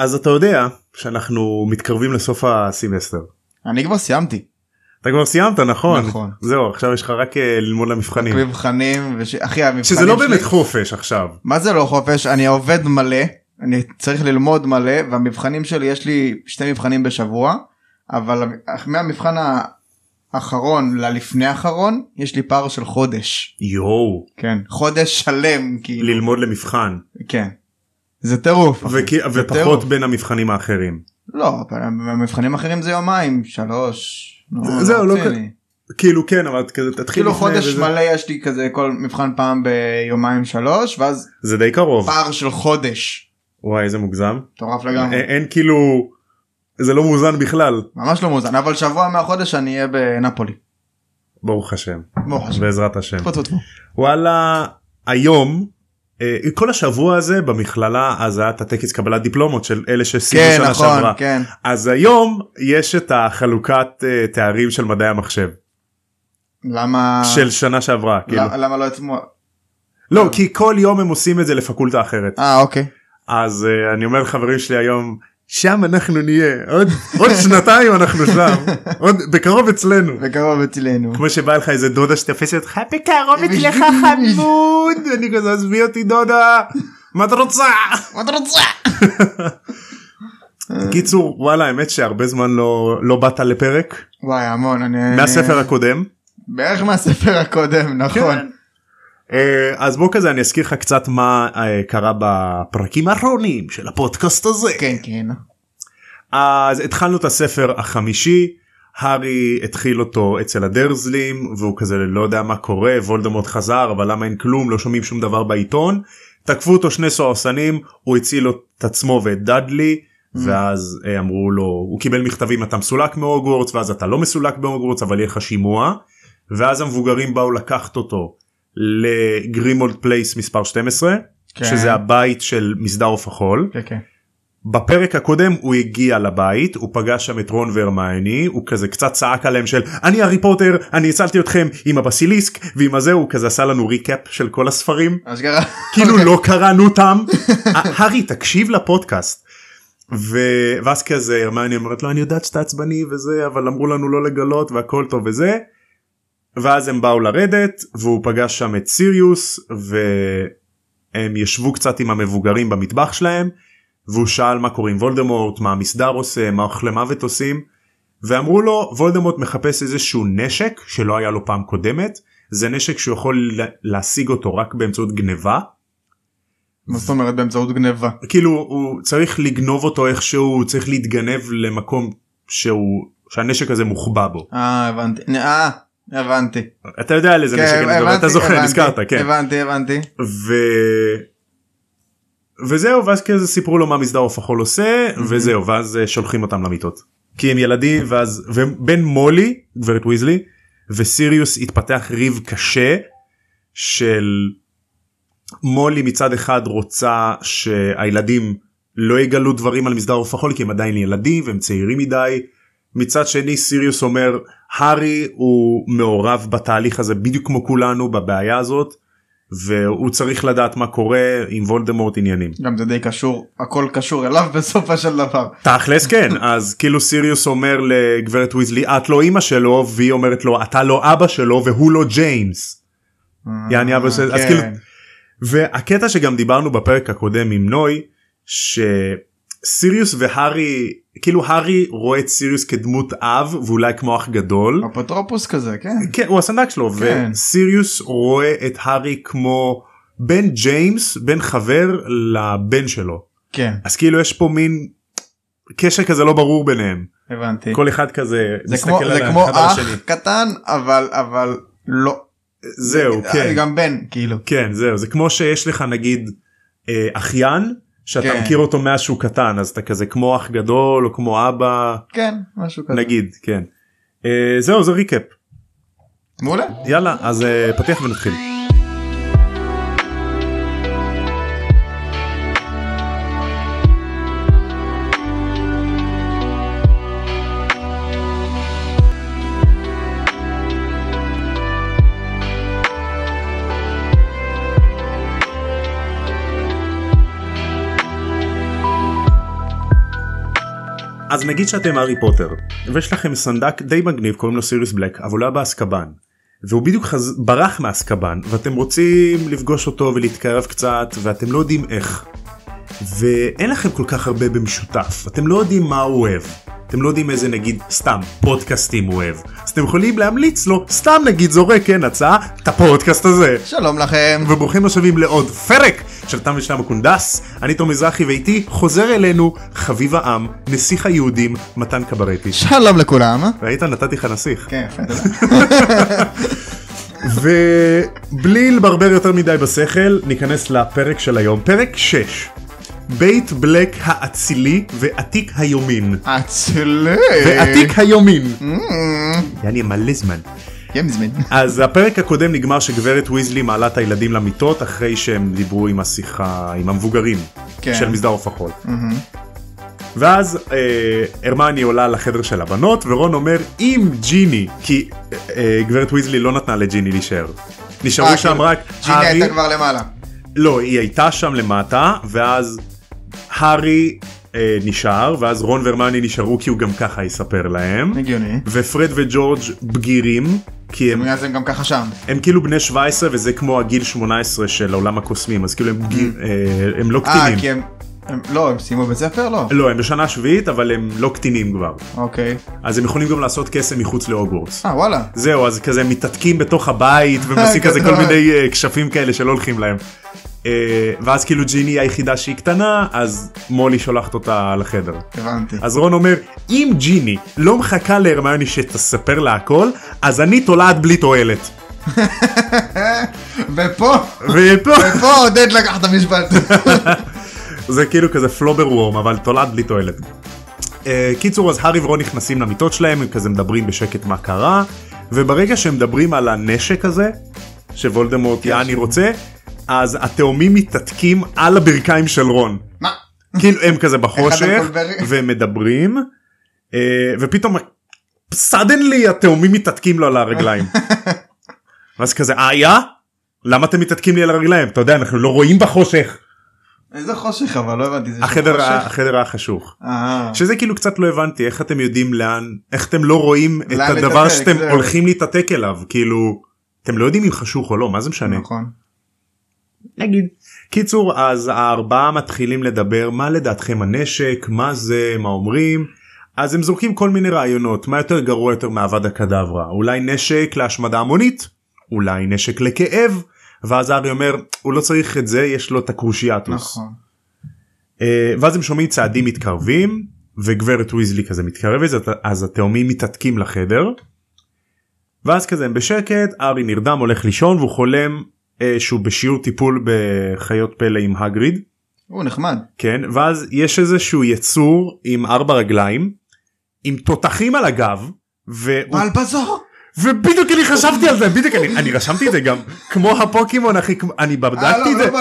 אז אתה יודע שאנחנו מתקרבים לסוף הסמסטר. אני כבר סיימתי. אתה כבר סיימת, נכון? נכון. זהו, עכשיו יש לך רק ללמוד למבחנים. מבחנים, אחי, המבחנים שזה לא באמת חופש עכשיו. מה זה לא חופש? אני עובד מלא, אני צריך ללמוד מלא, והמבחנים שלי, יש לי 2 מבחנים בשבוע, אבל מהמבחן האחרון ללפני האחרון, יש לי פער של חודש. יואו. כן, חודש שלם. כאילו. ללמוד למבחן. כן. זה טירוף. ופחות בין המבחנים האחרים. לא, במבחנים האחרים זה יומיים, 3. זהו, לא כאילו כן, אבל תתחיל כאילו חודש מלא יש לי כזה כל מבחן פעם ביומיים 3, ואז זה די קרוב. פער של חודש. וואי, איזה מוגזם. מטורף לגמרי. אין כאילו, זה לא מאוזן בכלל. ממש לא מאוזן, אבל שבוע מהחודש אני אהיה בנפולי. ברוך השם. ברוך השם. בעזרת השם. טפו. וואלה, היום, כל השבוע הזה במכללה, אז היה את הטקס קבלת דיפלומות של אלה שסיימו שנה שעברה. כן. אז היום יש את החלוקת תארים של מדעי המחשב. למה? של שנה שעברה. למה לא אתמול? לא, כי כל יום הם עושים את זה לפקולטה אחרת. אוקיי. אז אני אומר לחברים שלי היום, שם אנחנו נהיה, עוד שנתיים אנחנו שם, עוד בקרוב אצלנו. בקרוב אצלנו. כמו שבא לך איזה דודה שתפסת אותך, בקרוב אצלך חמוד, ואני כזה, עזבי אותי דודה, מה אתה רוצה? מה אתה רוצה? קיצור, וואלה, האמת שהרבה זמן לא באת לפרק. וואי, המון. מהספר הקודם. בערך מהספר הקודם, נכון. אז בוא כזה אני אזכיר לך קצת מה קרה בפרקים האחרונים של הפודקאסט הזה. כן, כן. אז התחלנו את הספר החמישי, הארי התחיל אותו אצל הדרזלים והוא כזה לא יודע מה קורה, וולדמורט חזר אבל למה אין כלום, לא שומעים שום דבר בעיתון, תקפו אותו 2 סוהרסנים, הוא הציל את עצמו ואת דאדלי, ואז אמרו לו, הוא קיבל מכתבים, אתה מסולק מהוגוורטס, ואז אתה לא מסולק מהוגוורטס אבל יהיה לך שימוע, ואז המבוגרים באו לקחת אותו לגרימולד פלייס מספר 12, כן. שזה הבית של מסדר עוף החול. כן. בפרק הקודם הוא הגיע לבית, הוא פגש שם את רון והרמיוני, הוא כזה קצת צעק עליהם של אני הארי פוטר, אני הצלתי אתכם עם הבסיליסק, ועם הזה הוא כזה עשה לנו ריקאפ של כל הספרים, כאילו לא קראנו אותם. הארי תקשיב לפודקאסט. ואז כזה הרמיוני אומרת לו אני יודעת שאתה עצבני וזה, אבל אמרו לנו לא לגלות והכל טוב וזה, ואז הם באו לרדת והוא פגש שם את סיריוס והם ישבו קצת עם המבוגרים במטבח שלהם, והוא שאל מה קורה עם וולדמורט, מה המסדר עושה, מה אוכלי מוות עושים, ואמרו לו וולדמורט מחפש איזשהו נשק שלא היה לו פעם קודמת, זה נשק שהוא יכול להשיג אותו רק באמצעות גניבה. מה זאת אומרת באמצעות גניבה? כאילו הוא צריך לגנוב אותו איכשהו, צריך להתגנב למקום שהנשק הזה מוחבא בו. הבנתי. אתה יודע על איזה נשק אני מדבר, אתה זוכר, נזכרת, כן. הבנתי. וזהו, ואז כזה סיפרו לו מה מסדר עוף החול עושה, וזהו, ואז שולחים אותם למיטות. כי הם ילדים, ובין מולי, גברת ויזלי, וסיריוס התפתח ריב קשה, של מולי מצד אחד רוצה שהילדים לא יגלו דברים על מסדר עוף החול, כי הם עדיין ילדים, והם צעירים מדי. מצד שני סיריוס אומר, הארי הוא מעורב בתהליך הזה, בדיוק כמו כולנו בבעיה הזאת, והוא צריך לדעת מה קורה עם וולדמורט עניינים. גם זה די קשור, הכל קשור אליו בסופה של דבר. תכלס כן, אז כאילו סיריוס אומר לגברת ויזלי, את לא אמא שלו, והיא אומרת לו, אתה לא אבא שלו, והוא לא ג'יימס. יעני אבא שלו, אז כאילו, והקטע שגם דיברנו בפרק הקודם עם נוי, שסיריוס והארי, כאילו הארי רואה את סיריוס כדמות אב, ואולי כמו אח גדול. אפוטרופוס כזה, כן. כן, הוא הסנדק שלו, כן. וסיריוס רואה את הארי כמו בן ג'יימס, בן חבר לבן שלו. כן. אז כאילו יש פה מין קשר כזה לא ברור ביניהם. הבנתי. כל אחד כזה מסתכל על זה כמו אחד על השני. אח קטן, אבל לא. זהו, כן. גם בן, כאילו. כן, זהו. זה כמו שיש לך נגיד אחיין, שאתה כן. מכיר אותו מאז שהוא קטן, אז אתה כזה כמו אח גדול או כמו אבא. כן, משהו כזה. נגיד, כן. זהו, זה ריקאפ. מעולה. יאללה, אז פתיח ונתחיל. אז נגיד שאתם הארי פוטר ויש לכם סנדק די מגניב קוראים לו סיריוס בלק אבל הוא היה באסקבן והוא בדיוק ברח מאסקבן ואתם רוצים לפגוש אותו ולהתקרב קצת ואתם לא יודעים איך ואין לכם כל כך הרבה במשותף, אתם לא יודעים מה הוא אוהב, אתם לא יודעים איזה נגיד סתם פודקאסטים הוא אוהב, אז אתם יכולים להמליץ לו סתם נגיד זורק כן הצעה את הפודקאסט הזה. שלום לכם וברוכים השבים לעוד פרק של תם ושלם הקונדס. אני תום מזרחי ואיתי חוזר אלינו חביב העם נסיך היהודים מתן קברטי. שלום לכולם. ראית נתתי לך נסיך. כן יפה. ובלי לברבר יותר מדי בשכל ניכנס לפרק של היום, פרק 6, בית בלק האצילי ועתיק היומין. אצילי ועתיק היומין. יעני מלא זמן. אז הפרק הקודם נגמר שגברת ויזלי מעלה את הילדים למיטות אחרי שהם דיברו עם השיחה עם המבוגרים של מסדר עוף החול. ואז הרמני עולה לחדר של הבנות ורון אומר אם ג'יני, כי גברת ויזלי לא נתנה לג'יני להישאר, נשארו שם רק ג'יני הייתה כבר למעלה. לא, היא הייתה שם למטה ואז הארי נשאר ואז רון והרמני נשארו כי הוא גם ככה יספר להם. הגיוני. ופרד וג'ורג' בגירים כי הם גם ככה שם. הם כאילו בני 17 וזה כמו הגיל 18 של עולם הקוסמים אז כאילו הם לא קטינים. כי הם לא, הם סיימו בית ספר? לא. לא, הם בשנה שביעית אבל הם לא קטינים כבר. אוקיי. אז הם יכולים גם לעשות קסם מחוץ להוגוורטס. וואלה. זהו, אז כזה מתעתקים בתוך הבית ומנסים כזה כל מיני כשפים כאלה שלא הולכים להם. ואז כאילו ג'יני היחידה שהיא קטנה אז מולי שולחת אותה לחדר. הבנתי. אז רון אומר אם ג'יני לא מחכה להרמיוני שתספר לה הכל אז אני תולעת בלי תועלת. ופה עודד לקח את המשפט. זה כאילו כזה פלובר וורם אבל תולעת בלי תועלת. קיצור אז הארי ורון נכנסים למיטות שלהם הם כזה מדברים בשקט מה קרה וברגע שהם מדברים על הנשק הזה שוולדמורט יעני רוצה אז התאומים מתעתקים על הברכיים של רון. מה? כאילו הם כזה בחושך והם מדברים ופתאום סדנלי התאומים מתעתקים לו על הרגליים. ואז כזה למה אתם מתעתקים לי על הרגליים? אתה יודע אנחנו לא רואים בחושך. איזה חושך אבל לא הבנתי. החדר היה חשוך. שזה כאילו קצת לא הבנתי איך אתם יודעים לאן, איך אתם לא רואים את הדבר שאתם הולכים להתעתק אליו, כאילו אתם לא יודעים אם חשוך או לא, מה זה משנה? נכון. נגיד. קיצור אז הארבעה מתחילים לדבר מה לדעתכם הנשק, מה זה, מה אומרים, אז הם זורקים כל מיני רעיונות, מה יותר גרוע יותר מעבד הקדברה, אולי נשק להשמדה המונית, אולי נשק לכאב, ואז הארי אומר הוא לא צריך את זה יש לו את הקרושיאטוס. נכון. ואז הם שומעים צעדים מתקרבים וגברת ויזלי כזה מתקרבת אז התאומים מתעתקים לחדר ואז כזה הם בשקט הארי נרדם הולך לישון והוא חולם שהוא בשיעור טיפול בחיות פלא עם הגריד. הוא נחמד. כן, ואז יש איזשהו יצור עם 4 רגליים עם תותחים על הגב בלבזור. ובדיוק אני חשבתי על זה, בדיוק אני רשמתי את זה גם כמו הפוקימון אחי, אני בדקתי את זה,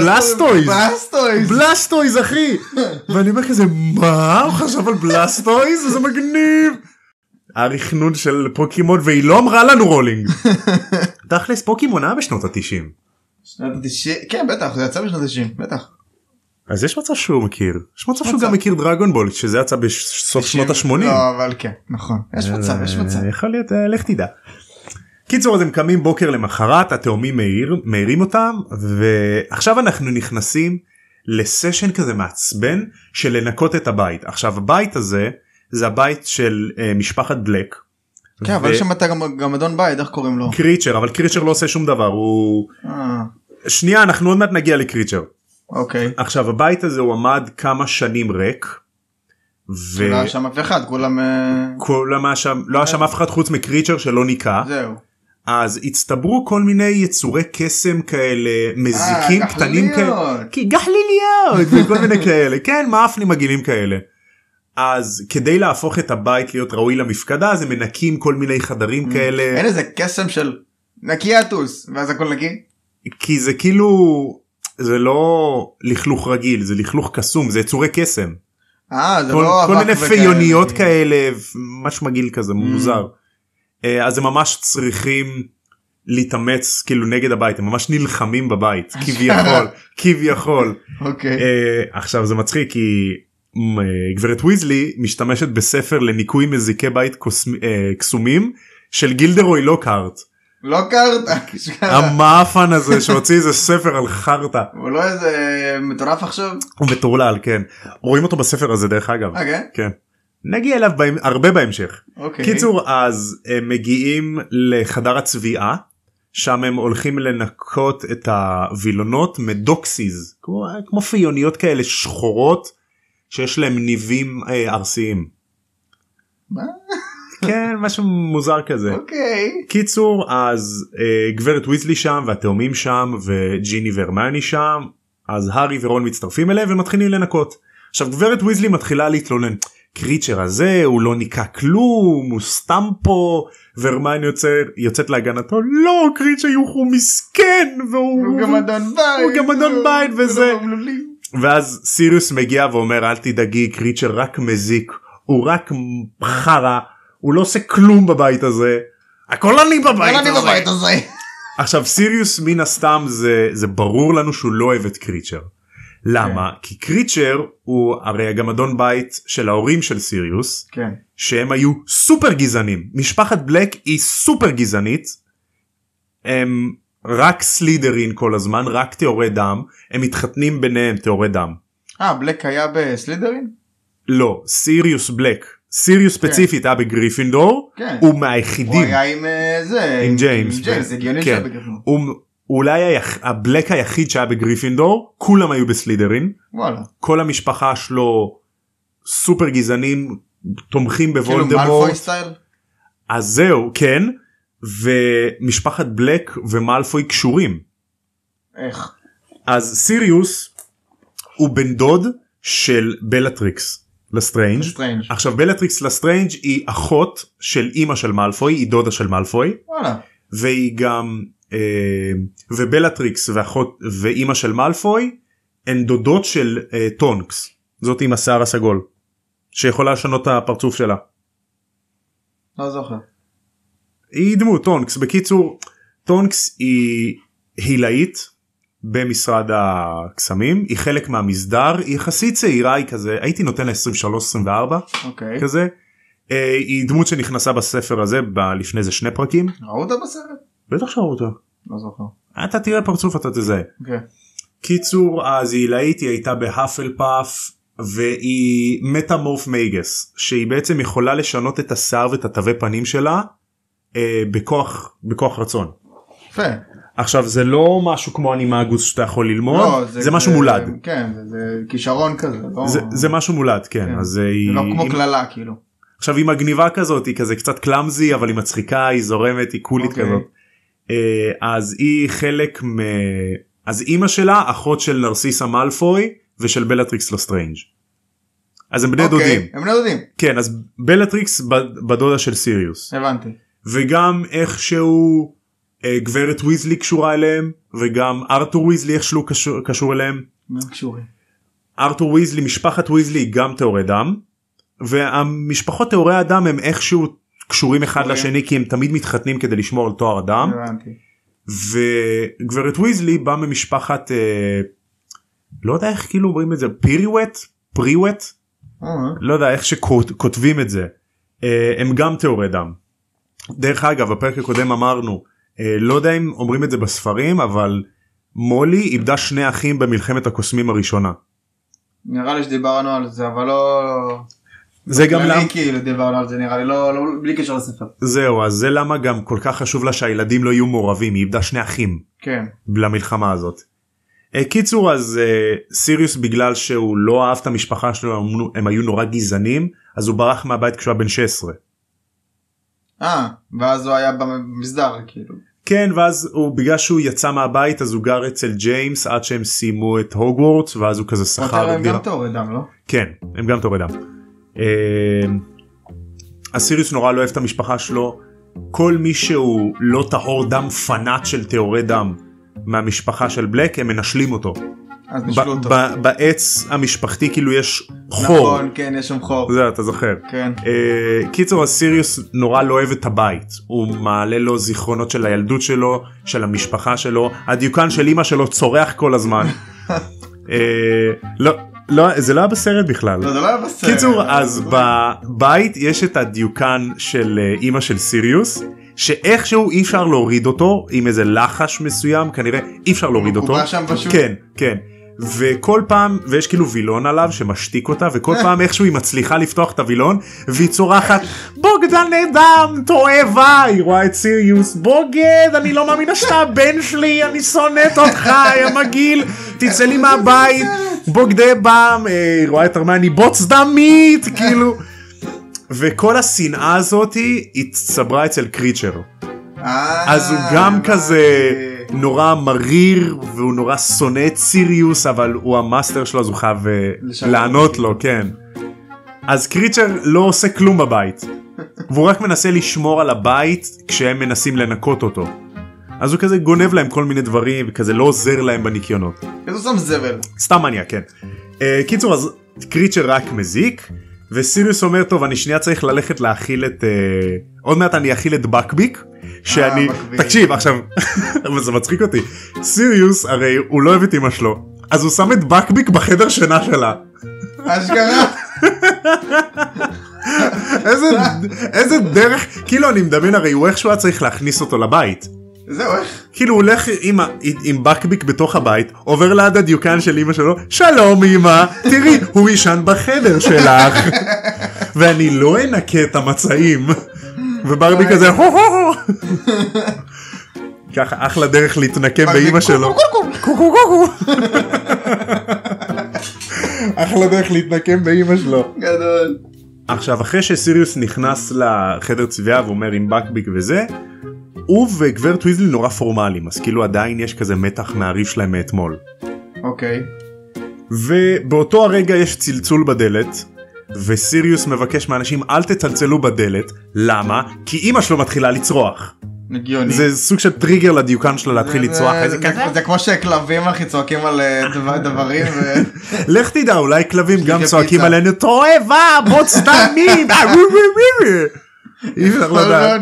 בלסטויז אחי, ואני אומר כזה מה הוא חשב על בלסטויז, זה מגניב, הרכנון של פוקימון והיא לא אמרה לנו רולינג. תכלס פוקימון היה בשנות ה-90. שנות ה-90, כן בטח זה יצא בשנות ה-90 בטח. אז יש מצב שהוא מכיר, יש מצב שהוא גם מכיר דרגון בול שזה יצא בסוף שנות ה-80. לא אבל כן נכון יש מצב. יכול להיות לך תדע. קיצור אז הם קמים בוקר למחרת התאומים מאירים אותם ועכשיו אנחנו נכנסים לסשן כזה מעצבן של לנקות את הבית. עכשיו הבית הזה זה הבית של משפחת בלק. כן אבל יש שם אתה גם אדון בית איך קוראים לו? קריצ'ר, אבל קריצ'ר לא עושה שום דבר הוא שנייה אנחנו עוד מעט נגיע לקריצ'ר. אוקיי. עכשיו הבית הזה הוא עמד כמה שנים ריק. לא היה שם אף אחד כולם היה שם, לא היה שם אף אחד חוץ מקריצ'ר שלא ניקה. זהו. אז הצטברו כל מיני יצורי קסם כאלה מזיקים קטנים כאלה. גחליליות וכל מיני כאלה. כן מאפנים מגעילים כאלה. אז כדי להפוך את הבית להיות ראוי למפקדה אז הם מנקים כל מיני חדרים כאלה. אין איזה קסם של נקיאטוס ואז הכל נקי? כי זה כאילו זה לא לכלוך רגיל זה לכלוך קסום זה יצורי קסם. זה לא כל מיני פיוניות כאלה ממש מגעיל כזה מוזר. אז הם ממש צריכים להתאמץ כאילו נגד הבית הם ממש נלחמים בבית כביכול. אוקיי. עכשיו זה מצחיק כי גברת ויזלי משתמשת בספר לניקוי מזיקי בית קסומים של גילדרוי לוקהרט. לוקהרט? המאפן הזה שהוציא איזה ספר על חרטה. הוא לא איזה מטורף עכשיו? הוא מטורלל, כן. רואים אותו בספר הזה דרך אגב. כן. נגיע אליו הרבה בהמשך. קיצור, אז הם מגיעים לחדר הצביעה, שם הם הולכים לנקות את הווילונות מדוקסיז, כמו פיוניות כאלה שחורות שיש להם ניבים ארסיים. מה? כן, משהו מוזר כזה. קיצור, אז גברת ויזלי שם והתאומים שם וג'יני והרמיוני שם, אז הארי ורון מצטרפים אליהם ומתחילים לנקות. עכשיו גברת ויזלי מתחילה להתלונן, קריצ'ר הזה הוא לא ניקה כלום, הוא סתם פה, והרמיוני יוצאת להגנתו, לא, קריצ'ר הוא מסכן, והוא גם אדון בית וזה. ואז סיריוס מגיע ואומר, אל תדאגי, קריצ'ר רק מזיק, הוא רק חרה, הוא לא עושה כלום בבית הזה, הכל אני בבית הזה. עכשיו סיריוס מן הסתם זה ברור לנו שהוא לא אוהב את קריצ'ר. למה? כי קריצ'ר הוא הרי גם אדון בית של ההורים של סיריוס, שהם היו סופר גזענים. משפחת בלק היא סופר גזענית, הם רק סלידרין כל הזמן, רק תיאורי דם, הם מתחתנים ביניהם תיאורי דם. בלק היה בסלידרין? לא, סיריוס בלק. סיריוס ספציפית היה בגריפינדור, הוא מהיחידים. הוא היה עם זה, עם ג'יימס. הגיוני שהיה בגריפינדור. אולי הבלק היחיד שהיה בגריפינדור, כולם היו בסלידרין. וואלה. כל המשפחה שלו סופר גזענים, תומכים בוולדמורט. כאילו מאלפוי סטייל? אז זהו, כן. ומשפחת בלק ומאלפוי קשורים. איך? אז סיריוס הוא בן דוד של בלטריקס לסטרנג'. עכשיו בלטריקס לסטרנג' היא אחות של אמא של מאלפוי, היא דודה של מאלפוי. וואלה. והיא גם ובלטריקס ואחות ואמא של מאלפוי הן דודות של טונקס, זאת עם השיער הסגול שיכולה לשנות את הפרצוף שלה. לא זוכר. היא דמות טונקס. בקיצור, טונקס היא הילאית במשרד הקסמים, היא חלק מהמסדר, היא יחסית צעירה, היא כזה, הייתי נותן לה 23-24 כזה. היא דמות שנכנסה בספר הזה לפני זה 2 פרקים. ראו אותה בסרט? בטח שראו אותה. לא זוכר. אתה תראה פרצוף אתה תזהה. קיצור, אז היא הילאית, היא הייתה בהאפל פאף והיא מטמורף מייגס, שהיא בעצם יכולה לשנות את השיער ואת התווי פנים שלה בכוח רצון. יפה. עכשיו זה לא משהו כמו אנימגוס שאתה יכול ללמוד, לא, זה משהו מולד. כן, זה כישרון כזה. לא... זה משהו מולד, כן. אז זה לא כמו כללה כאילו. עכשיו היא מגניבה כזאת, היא כזה קצת קלאמזי אבל היא מצחיקה, היא זורמת, היא קולית כזאת. אז היא חלק אז אמא שלה אחות של נרסיסה מאלפוי ושל בלטריקס לסטרנג'. אז הם בני דודים. הם בני דודים. כן, אז בלטריקס בדודה של סיריוס. הבנתי. וגם איכשהו גברת ויזלי קשורה אליהם, וגם ארתור ויזלי איכשהו קשור אליהם. מה קשורים? ארתור ויזלי, משפחת ויזלי גם תיאורי דם, והמשפחות תיאורי הדם הם איכשהו קשורים אחד לשני, כי הם תמיד מתחתנים כדי לשמור על תואר הדם. הבנתי. וגברת ויזלי באה ממשפחת לא יודע איך כאילו אומרים את זה, פריווט, לא יודע איך שכותבים את זה, הם גם תיאורי דם. דרך אגב בפרק הקודם אמרנו, לא יודע אם אומרים את זה בספרים, אבל מולי איבדה 2 אחים במלחמת הקוסמים הראשונה. נראה לי שדיברנו על זה, אבל לא... זה גם למה כאילו דיברנו על זה, נראה לי לא בלי קשר לספר. זהו, אז זה למה גם כל כך חשוב לה שהילדים לא יהיו מעורבים, היא איבדה 2 אחים. כן. למלחמה הזאת. קיצור, אז סיריוס בגלל שהוא לא אהב את המשפחה שלו, הם היו נורא גזענים, אז הוא ברח מהבית כשהוא היה בן 16. ואז הוא היה במסדר כאילו. כן, ואז בגלל שהוא יצא מהבית אז הוא גר אצל ג'יימס עד שהם סיימו את הוגוורטס, ואז הוא כזה שכר. הם גם תיאורי דם, לא? כן, הם גם תיאורי דם. הסיריוס נורא לא אוהב את המשפחה שלו, כל מי שהוא לא טהור דם פנאט של תיאורי דם מהמשפחה של בלק הם מנשלים אותו. אז נשלו אותו. בעץ המשפחתי כאילו יש חור. נכון, כן, יש שם חור. זה אתה זוכר. כן. קיצור, הסיריוס נורא לא אוהב את הבית, הוא מעלה לו זיכרונות של הילדות שלו, של המשפחה שלו, הדיוקן של אמא שלו צורח כל הזמן. לא, לא, זה לא היה בסרט בכלל. לא, זה לא היה בסרט. קיצור, אז בבית יש את הדיוקן של אמא של סיריוס, שאיכשהו אי אפשר להוריד אותו עם איזה לחש מסוים, כנראה אי אפשר להוריד אותו. הוא שם פשוט. כן, כן. וכל פעם, ויש כאילו וילון עליו שמשתיק אותה, וכל פעם איכשהו היא מצליחה לפתוח את הוילון, והיא צורחת, בוגדן נדם, תועבה, היא רואה את סיריוס, בוגד, אני לא מאמינה שאתה הבן שלי, אני שונאת אותך, יא מגעיל, תצא לי מהבית, בוגדי בם, היא רואה את הרמיוני, בוץ דמית, כאילו, וכל השנאה הזאת היא צברה אצל קריצ'ר. אז הוא גם כזה נורא מריר והוא נורא שונא את סיריוס, אבל הוא המאסטר שלו, אז הוא חייב לענות לו, כן. אז קריצ'ר לא עושה כלום בבית, והוא רק מנסה לשמור על הבית כשהם מנסים לנקות אותו. אז הוא כזה גונב להם כל מיני דברים וכזה לא עוזר להם בניקיונות. איזה שם זבל. סתם מניאק, כן. קיצור, אז קריצ'ר רק מזיק, וסיריוס אומר, טוב, אני שנייה צריך ללכת להאכיל את... עוד מעט אני אכיל את בקביק, שאני... תקשיב, עכשיו, זה מצחיק אותי. סיריוס, הרי הוא לא אוהב את אמא שלו, אז הוא שם את בקביק בחדר שינה שלה. אשכרה. איזה דרך, כאילו אני מדמיין, הרי הוא איכשהו היה צריך להכניס אותו לבית. זהו, איך? כאילו הוא הולך עם בקביק בתוך הבית, עובר ליד הדיוקן של אמא שלו, שלום אמא, תראי, הוא ישן בחדר שלך, ואני לא אנקה את המצעים, וברבי כזה, הו הו הו, ככה אחלה דרך להתנקם באמא שלו, אחלה דרך להתנקם באמא שלו. גדול. עכשיו אחרי שסיריוס נכנס לחדר צביעה ואומר עם בקביק וזה, הוא וגברת ויזלי נורא פורמליים, אז כאילו עדיין יש כזה מתח מהריב שלהם מאתמול. אוקיי. ובאותו הרגע יש צלצול בדלת, וסיריוס מבקש מאנשים אל תצלצלו בדלת. למה? כי אמא שלו מתחילה לצרוח. נגיוני. זה סוג של טריגר לדיוקן שלו להתחיל לצרוח. זה כמו שכלבים אחי צועקים על דברים. לך תדע, אולי כלבים גם צועקים עלינו, תועבה, בוץ דמים. אי אפשר לדעת.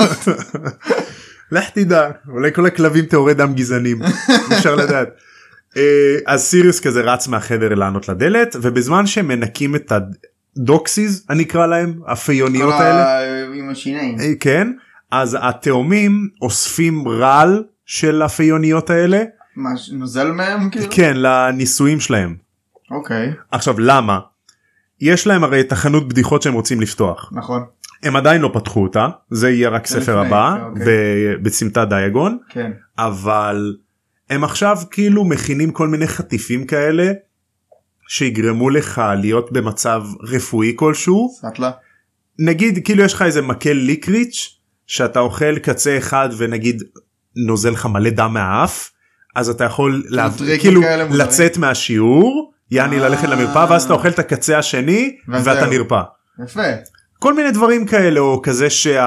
לך תדע, אולי כל הכלבים תיאורי דם גזענים, אפשר לדעת. אז סיריוס כזה רץ מהחדר לענות לדלת, ובזמן שהם מנקים את הדוקסיז, אני אקרא להם, הפיוניות האלה, עם השיניים. כן, אז התאומים אוספים רעל של הפיוניות האלה. מה, נוזל מהם כאילו? כן, לניסויים שלהם. אוקיי. עכשיו למה? יש להם הרי את החנות בדיחות שהם רוצים לפתוח. נכון. הם עדיין לא פתחו אותה, זה יהיה רק ספר הבא, בסמטת דיאגון, כן. אבל הם עכשיו כאילו מכינים כל מיני חטיפים כאלה, שיגרמו לך להיות במצב רפואי כלשהו. סטלה. נגיד כאילו יש לך איזה מקל ליקריץ', שאתה אוכל קצה אחד ונגיד נוזל לך מלא דם מהאף, אז אתה יכול כאילו לצאת מהשיעור, יעני ללכת למרפאה, ואז אתה אוכל את הקצה השני, ואתה נרפא. יפה. כל מיני דברים כאלה, או כזה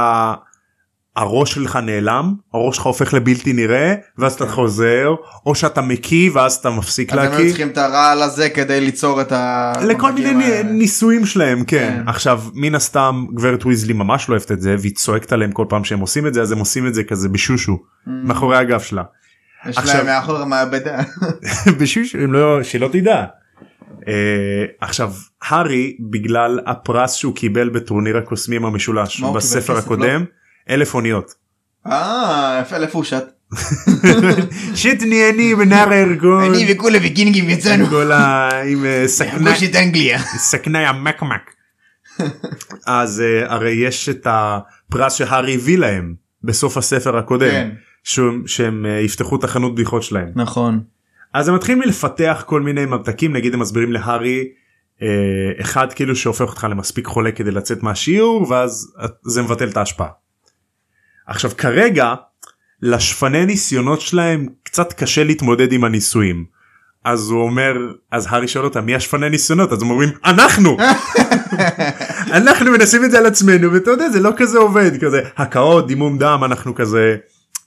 שהראש שלך נעלם, הראש שלך הופך לבלתי נראה, ואז אתה חוזר, או שאתה מקיא ואז אתה מפסיק להקיא. אז הם צריכים את הרעל הזה כדי ליצור את ה... לכל מיני ניסויים שלהם, כן. עכשיו, מן הסתם, גברת ויזלי ממש לא אוהבת את זה, והיא צועקת עליהם כל פעם שהם עושים את זה, אז הם עושים את זה כזה בשושו, מאחורי הגב שלה. יש להם מאחור המעבדה. בשושו, שלא תדע. עכשיו הארי בגלל הפרס שהוא קיבל בטורניר הקוסמים המשולש בספר הקודם 1000 אוניות. איפה הוא שט? שטני אני בנער הארגון, אני וכולה ויקינגים יצאנו עם סכנאי המקמק. אז הרי יש את הפרס שהארי הביא להם בסוף הספר הקודם, שהם יפתחו את החנות בדיחות שלהם. נכון. אז הם מתחילים לפתח כל מיני מבטקים, נגיד הם מסבירים להארי אחד כאילו שהופך אותך למספיק חולה כדי לצאת מהשיעור, ואז זה מבטל את ההשפעה. עכשיו כרגע לשפני ניסיונות שלהם קצת קשה להתמודד עם הניסויים, אז הוא אומר, אז הארי שואל אותם מי השפני ניסיונות, אז הם אומרים אנחנו אנחנו מנסים את זה על עצמנו, ואתה יודע זה לא כזה עובד, כזה הקאות, דימום דם, אנחנו כזה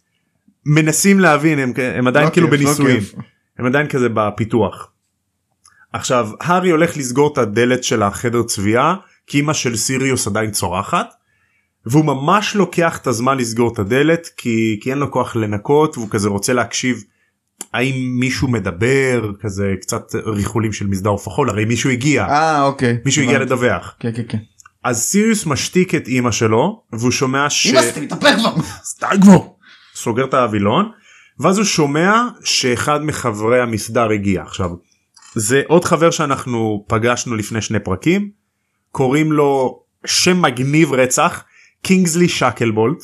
מנסים להבין, הם עדיין כאילו בניסויים, הם עדיין כזה בפיתוח. עכשיו הארי הולך לסגור את הדלת של החדר צביעה, כי אמא של סיריוס עדיין צורחת, והוא ממש לוקח את הזמן לסגור את הדלת, כי אין לו כוח לנקות, והוא כזה רוצה להקשיב האם מישהו מדבר כזה קצת ריחולים של מסדר ופחול, הרי מישהו הגיע, אוקיי. מישהו הגיע לדווח. כן, כן, כן. אז סיריוס משתיק את אמא שלו והוא שומע אמא שלי, תתאפק כבר. סתם כבר. סוגר את הווילון ואז הוא שומע שאחד מחברי המסדר הגיע. עכשיו זה עוד חבר שאנחנו פגשנו לפני 2 פרקים, קוראים לו שם מגניב רצח, קינגסלי שקלבולט.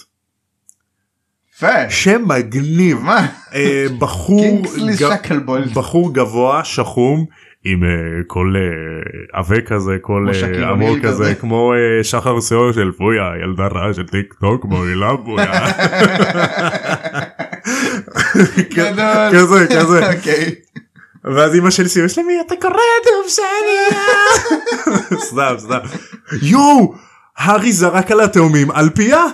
שם מגניב. מה? קינגסלי שקלבולט. בחור גבוה שחום עם קול עבה כזה, קול עמוק כזה, כמו שחר שיעור של פויה, ילדה רעה של טיק טוק מועילה פויה. כזה. ואז אמא של סיריוס, למי אתה קורא דובשניה? סתם. יואו, הארי זרק על התאומים על פיה?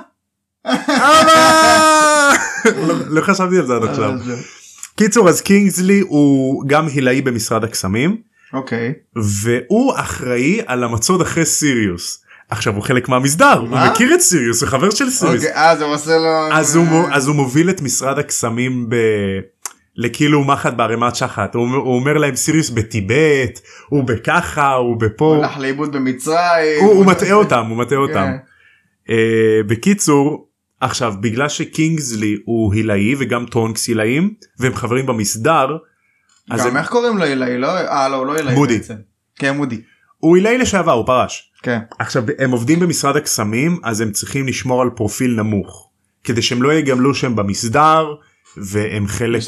לא חשבתי על זה עד עכשיו. קיצור, אז קינגסלי הוא גם הילאי במשרד הקסמים. אוקיי. והוא אחראי על המצוד אחרי סיריוס. עכשיו הוא חלק מהמסדר, הוא מכיר את סיריוס, הוא חבר של סיריוס. אז הוא עושה לו... אז הוא מוביל את משרד הקסמים לכאילו מחט בערימת שחת. הוא אומר להם סיריוס בטיבט, הוא בככה, הוא בפה. הוא הלך לאיבוד במצרים. הוא מטעה אותם. בקיצור, עכשיו בגלל שקינגסלי הוא הילאי וגם טונקס הילאים והם חברים במסדר, גם איך קוראים לו הילאי? לא הילאי. מודי. כן, מודי. הוא הילאי לשעבר, הוא פרש. כן. עכשיו הם עובדים במשרד הקסמים, אז הם צריכים לשמור על פרופיל נמוך כדי שהם לא יגמלו שהם במסדר והם חלק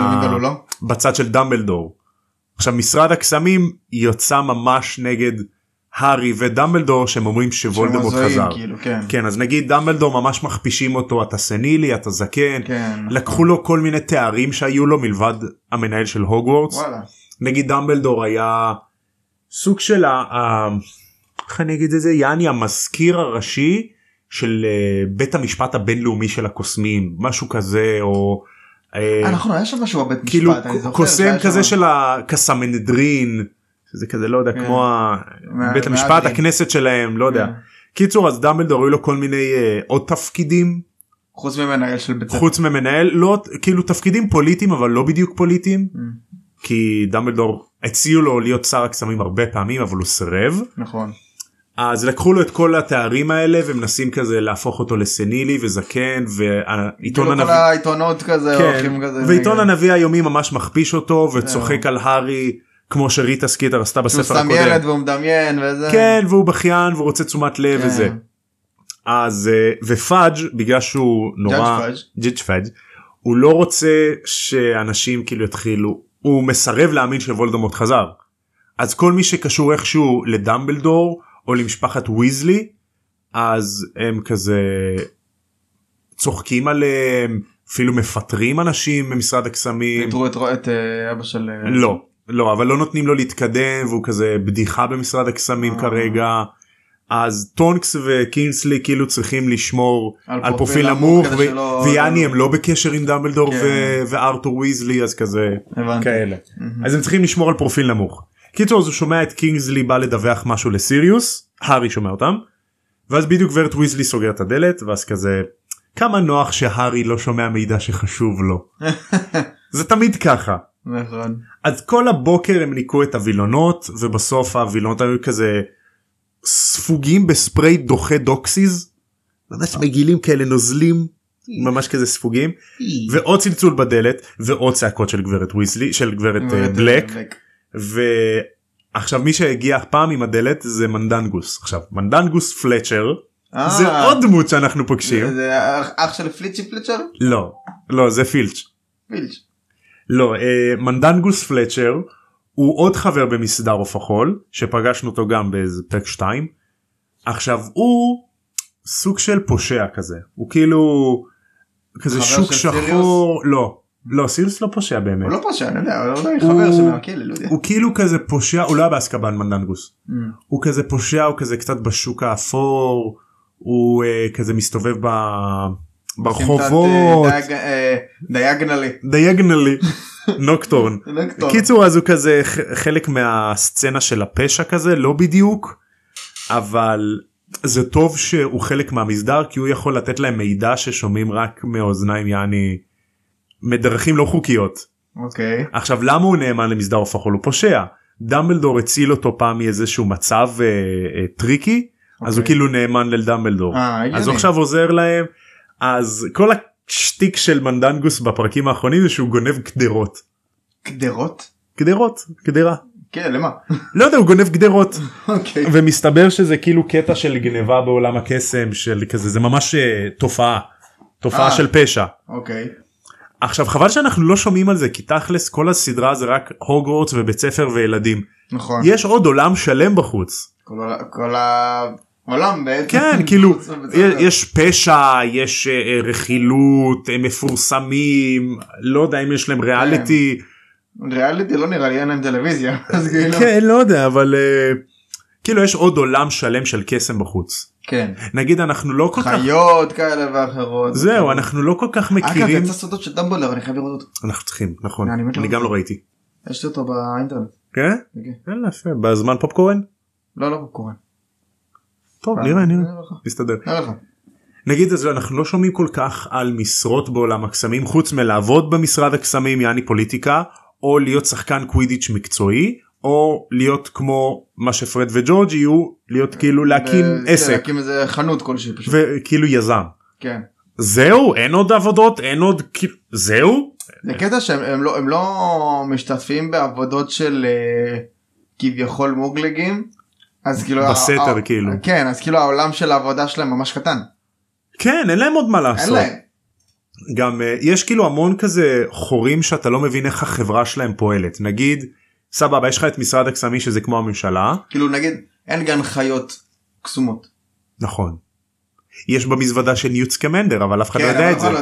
בצד של דמבלדור. עכשיו משרד הקסמים יוצא ממש נגד הארי ודמבלדור שהם אומרים שוולדמורט חזר. כאילו, כן. כן, אז נגיד דמבלדור ממש מכפישים אותו, אתה סנילי, אתה זקן. כן, לקחו לו כל מיני תארים שהיו לו מלבד המנהל של הוגוורטס. וואלה. נגיד דמבלדור היה סוג של איך אני אגיד את זה? יעני המזכיר הראשי של בית המשפט הבינלאומי של הקוסמים, משהו כזה, או נכון, היה שם משהו בבית כאילו משפט, קוסם כזה של הקסמנדרין, שזה כזה לא יודע, כמו בית המשפט, הכנסת שלהם, לא יודע. קיצור, אז דמבלדור היו לו כל מיני עוד תפקידים. חוץ ממנהל של בית ספר. חוץ ממנהל, לא, כאילו תפקידים פוליטיים, אבל לא בדיוק פוליטיים. כי דמבלדור הציעו לו להיות שר הקסמים הרבה פעמים, אבל הוא סירב. נכון. אז לקחו לו את כל התארים האלה ומנסים כזה להפוך אותו לסנילי וזקן, ועיתון הנביא, כל העיתונות כזה, כן, ועיתון הנביא היומי ממש מכפיש אותו וצוחק על הארי כמו שריטה סקיטר עשתה בספר הקודם. הוא שם ילד והוא מדמיין וזה. כן, והוא בכיין והוא רוצה תשומת לב וזה. אז ופאג' בגלל שהוא נורא ג'יג' פאג' הוא לא רוצה שאנשים כאילו יתחילו, הוא מסרב להאמין שוולדמורט חזר. אז כל מי שקשור איכשהו לדמבלדור או למשפחת ויזלי, אז הם כזה צוחקים עליהם, אפילו מפטרים אנשים במשרד הקסמים. פיטרו את אבא של... לא, אבל לא נותנים לו להתקדם, והוא כזה בדיחה במשרד הקסמים כרגע. אז טונקס וקינגסלי כאילו צריכים לשמור על פרופיל נמוך, ויאני הם לא בקשר עם דמבלדור וארתור ויזלי, אז כזה כאלה. אז הם צריכים לשמור על פרופיל נמוך. קיצור, אז הוא שומע את קינגסלי בא לדווח משהו לסיריוס, הארי שומע אותם, ואז בדיוק גברת ויזלי סוגר את הדלת, ואז כזה, כמה נוח שהארי לא שומע מידע שחשוב לו. זה תמיד ככה. נכון. אז כל הבוקר הם ניקו את הווילונות, ובסוף הווילונות היו כזה ספוגים בספרי דוחה דוקסיז, ממש מגילים כאלה נוזלים, ממש כזה ספוגים, ועוד צלצול בדלת, ועוד צעקות של גברת ויזלי, של גברת בלק. ועכשיו מי שהגיע פעם עם הדלת זה מנדנגוס. עכשיו מנדנגוס פלצ'ר זה עוד דמות שאנחנו פוגשים. זה אח של פליצ'י פלצ'ר? לא זה פילץ'. לא, מנדנגוס פלצ'ר הוא עוד חבר במסדר עוף החול שפגשנו אותו גם באיזה פרק 2. עכשיו הוא סוג של פושע כזה, הוא כאילו כזה שוק שחור. לא, סיריוס לא פושע באמת. הוא לא פושע, אני יודע, הוא חבר שמהכלא, לא יודע. הוא כאילו כזה פושע, הוא לא היה באזקבאן מנדנגוס. הוא כזה פושע, הוא כזה קצת בשוק האפור, הוא כזה מסתובב ברחובות. דיאגנלי. נוקטורן. קיצור, אז הוא כזה חלק מהסצנה של הפשע כזה, לא בדיוק, אבל זה טוב שהוא חלק מהמסדר, כי הוא יכול לתת להם מידע ששומעים רק מאוזניים, יעני מדרכים לא חוקיות. אוקיי. עכשיו למה הוא נאמן למסדר עוף החול? הוא פושע. דמבלדור הציל אותו פעם מאיזשהו מצב טריקי, אז הוא כאילו נאמן לדמבלדור. אז הוא עכשיו עוזר להם. אז כל השטיק של מנדנגוס בפרקים האחרונים זה שהוא גונב קדרות. קדרות? קדרות, קדרה. כן, למה? לא יודע, הוא גונב קדרות. אוקיי. ומסתבר שזה כאילו קטע של גניבה בעולם הקסם של כזה, זה ממש תופעה של פשע. אוקיי. עכשיו חבל שאנחנו לא שומעים על זה, כי תכלס כל הסדרה זה רק הוגוורטס ובית ספר וילדים. נכון. יש עוד עולם שלם בחוץ. כל העולם בעצם. כן, כאילו יש פשע, יש רכילות, הם מפורסמים, לא יודע אם יש להם ריאליטי. ריאליטי לא נראה לי, אין להם טלוויזיה. כן, לא יודע, אבל כאילו יש עוד עולם שלם של קסם בחוץ. כן. נגיד אנחנו לא כל כך... חיות כאלה ואחרות. זהו, אנחנו לא כל כך מכירים... אגב, יצא סרטות של דמבלדור, אני חייב לראות אותו. אנחנו צריכים, נכון. אני גם לא ראיתי. יש אותו באינטרנט. כן? כן, יפה. בזמן פופקורן? לא פופקורן. טוב, נראה. נסתדר. נגיד אז אנחנו לא שומעים כל כך על משרות בעולם הקסמים, חוץ מלעבוד במשרד הקסמים, יעני פוליטיקה, או להיות שחקן קווידיץ' מקצועי, או להיות כמו מה שפרד וג'ורג' יהיו, להיות כאילו להקים עסק. להקים איזה חנות כלשהי פשוט. וכאילו יזם. כן. זהו? אין עוד עבודות? אין עוד... זהו? זה קטע שהם לא משתתפים בעבודות של כביכול מוגלגים. אז כאילו... בסתר כאילו. כן, אז כאילו העולם של העבודה שלהם ממש קטן. כן, אין להם עוד מה לעשות. אין להם. גם יש כאילו המון כזה חורים שאתה לא מבין איך החברה שלהם פועלת. נגיד, סבבה, יש לך את משרד הקסמי שזה כמו הממשלה. כאילו נגיד, אין גן חיות קסומות. נכון. יש במזוודה של ניוט סקמנדר, אבל אף אחד לא יודע את זה.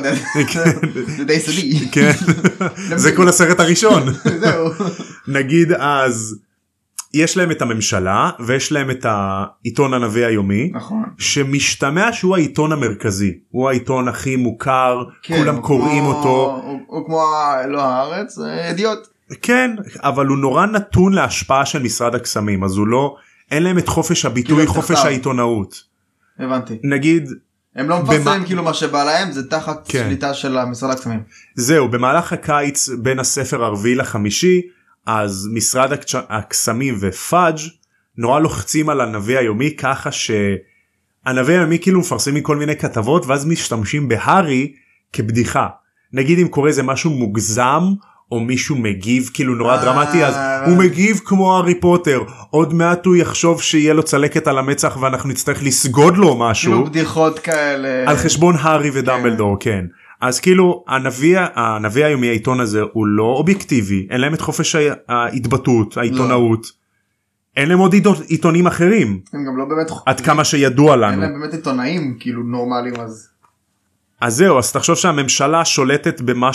זה די סודי. כן, זה כל הסרט הראשון. זהו. נגיד אז, יש להם את הממשלה, ויש להם את העיתון הנביא היומי, נכון. שמשתמע שהוא העיתון המרכזי, הוא העיתון הכי מוכר, כולם קוראים אותו. הוא כמו, לא הארץ, ידיעות. כן, אבל הוא נורא נתון להשפעה של משרד הקסמים, אז הוא לא, אין להם את חופש הביטוי, חופש העיתונאות. הבנתי. נגיד, הם לא מפרסמים כאילו מה שבא להם, זה תחת שליטה של משרד הקסמים. זהו, במהלך הקיץ בין הספר הרביעי לחמישי, אז משרד הקסמים ופאג' נורא לוחצים על הנביא היומי, ככה שהנביא היומי כאילו מפרסמים כל מיני כתבות, ואז משתמשים בהארי כבדיחה. נגיד אם קורה איזה משהו מוגזם, או מישהו מגיב כאילו נורא דרמטי, אז הוא מגיב כמו הארי פוטר, עוד מעט הוא יחשוב שיהיה לו צלקת על המצח ואנחנו נצטרך לסגוד לו משהו. כאילו בדיחות כאלה. על חשבון הארי ודמבלדור, כן. אז כאילו הנביא היומי, העיתון הזה הוא לא אובייקטיבי, אין להם את חופש ההתבטאות, העיתונאות. אין להם עוד עיתונים אחרים. הם גם לא באמת... עד כמה שידוע לנו. אין להם באמת עיתונאים כאילו נורמליים אז. אז זהו, אז תחשוב שהממשלה שולטת במה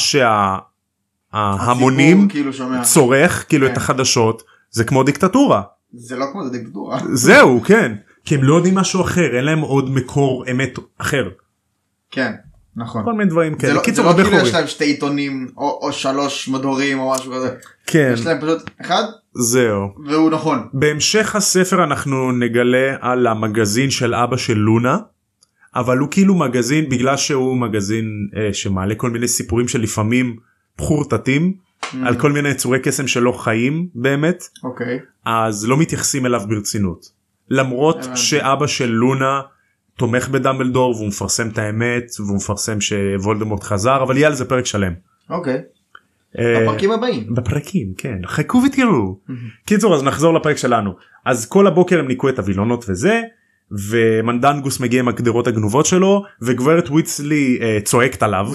ההמונים צורך כאילו את החדשות, זה כמו דיקטטורה. זה לא כמו, זה דיקטטורה. זהו, כן. כי הם לא יודעים משהו אחר, אין להם עוד מקור אמת אחר. כן, נכון. כל מיני דברים כאלה. זה לא כאילו יש להם שתי עיתונים או 3 מדורים או משהו כזה. כן. יש להם פשוט אחד. זהו. והוא נכון. בהמשך הספר אנחנו נגלה על המגזין של אבא של לונה, אבל הוא כאילו מגזין בגלל שהוא מגזין שמעלה כל מיני סיפורים שלפעמים חורטטים על כל מיני יצורי קסם שלא חיים באמת. אוקיי. אז לא מתייחסים אליו ברצינות. למרות שאבא של לונה תומך בדמבלדור והוא מפרסם את האמת והוא מפרסם שוולדמורט חזר, אבל יהיה על זה פרק שלם. אוקיי. בפרקים הבאים. בפרקים, כן. חכו ותראו. קיצור, אז נחזור לפרק שלנו. אז כל הבוקר הם ניקו את הווילונות וזה, ומנדנגוס מגיע עם הגדרות הגנובות שלו, וגברת ויצלי צועקת עליו.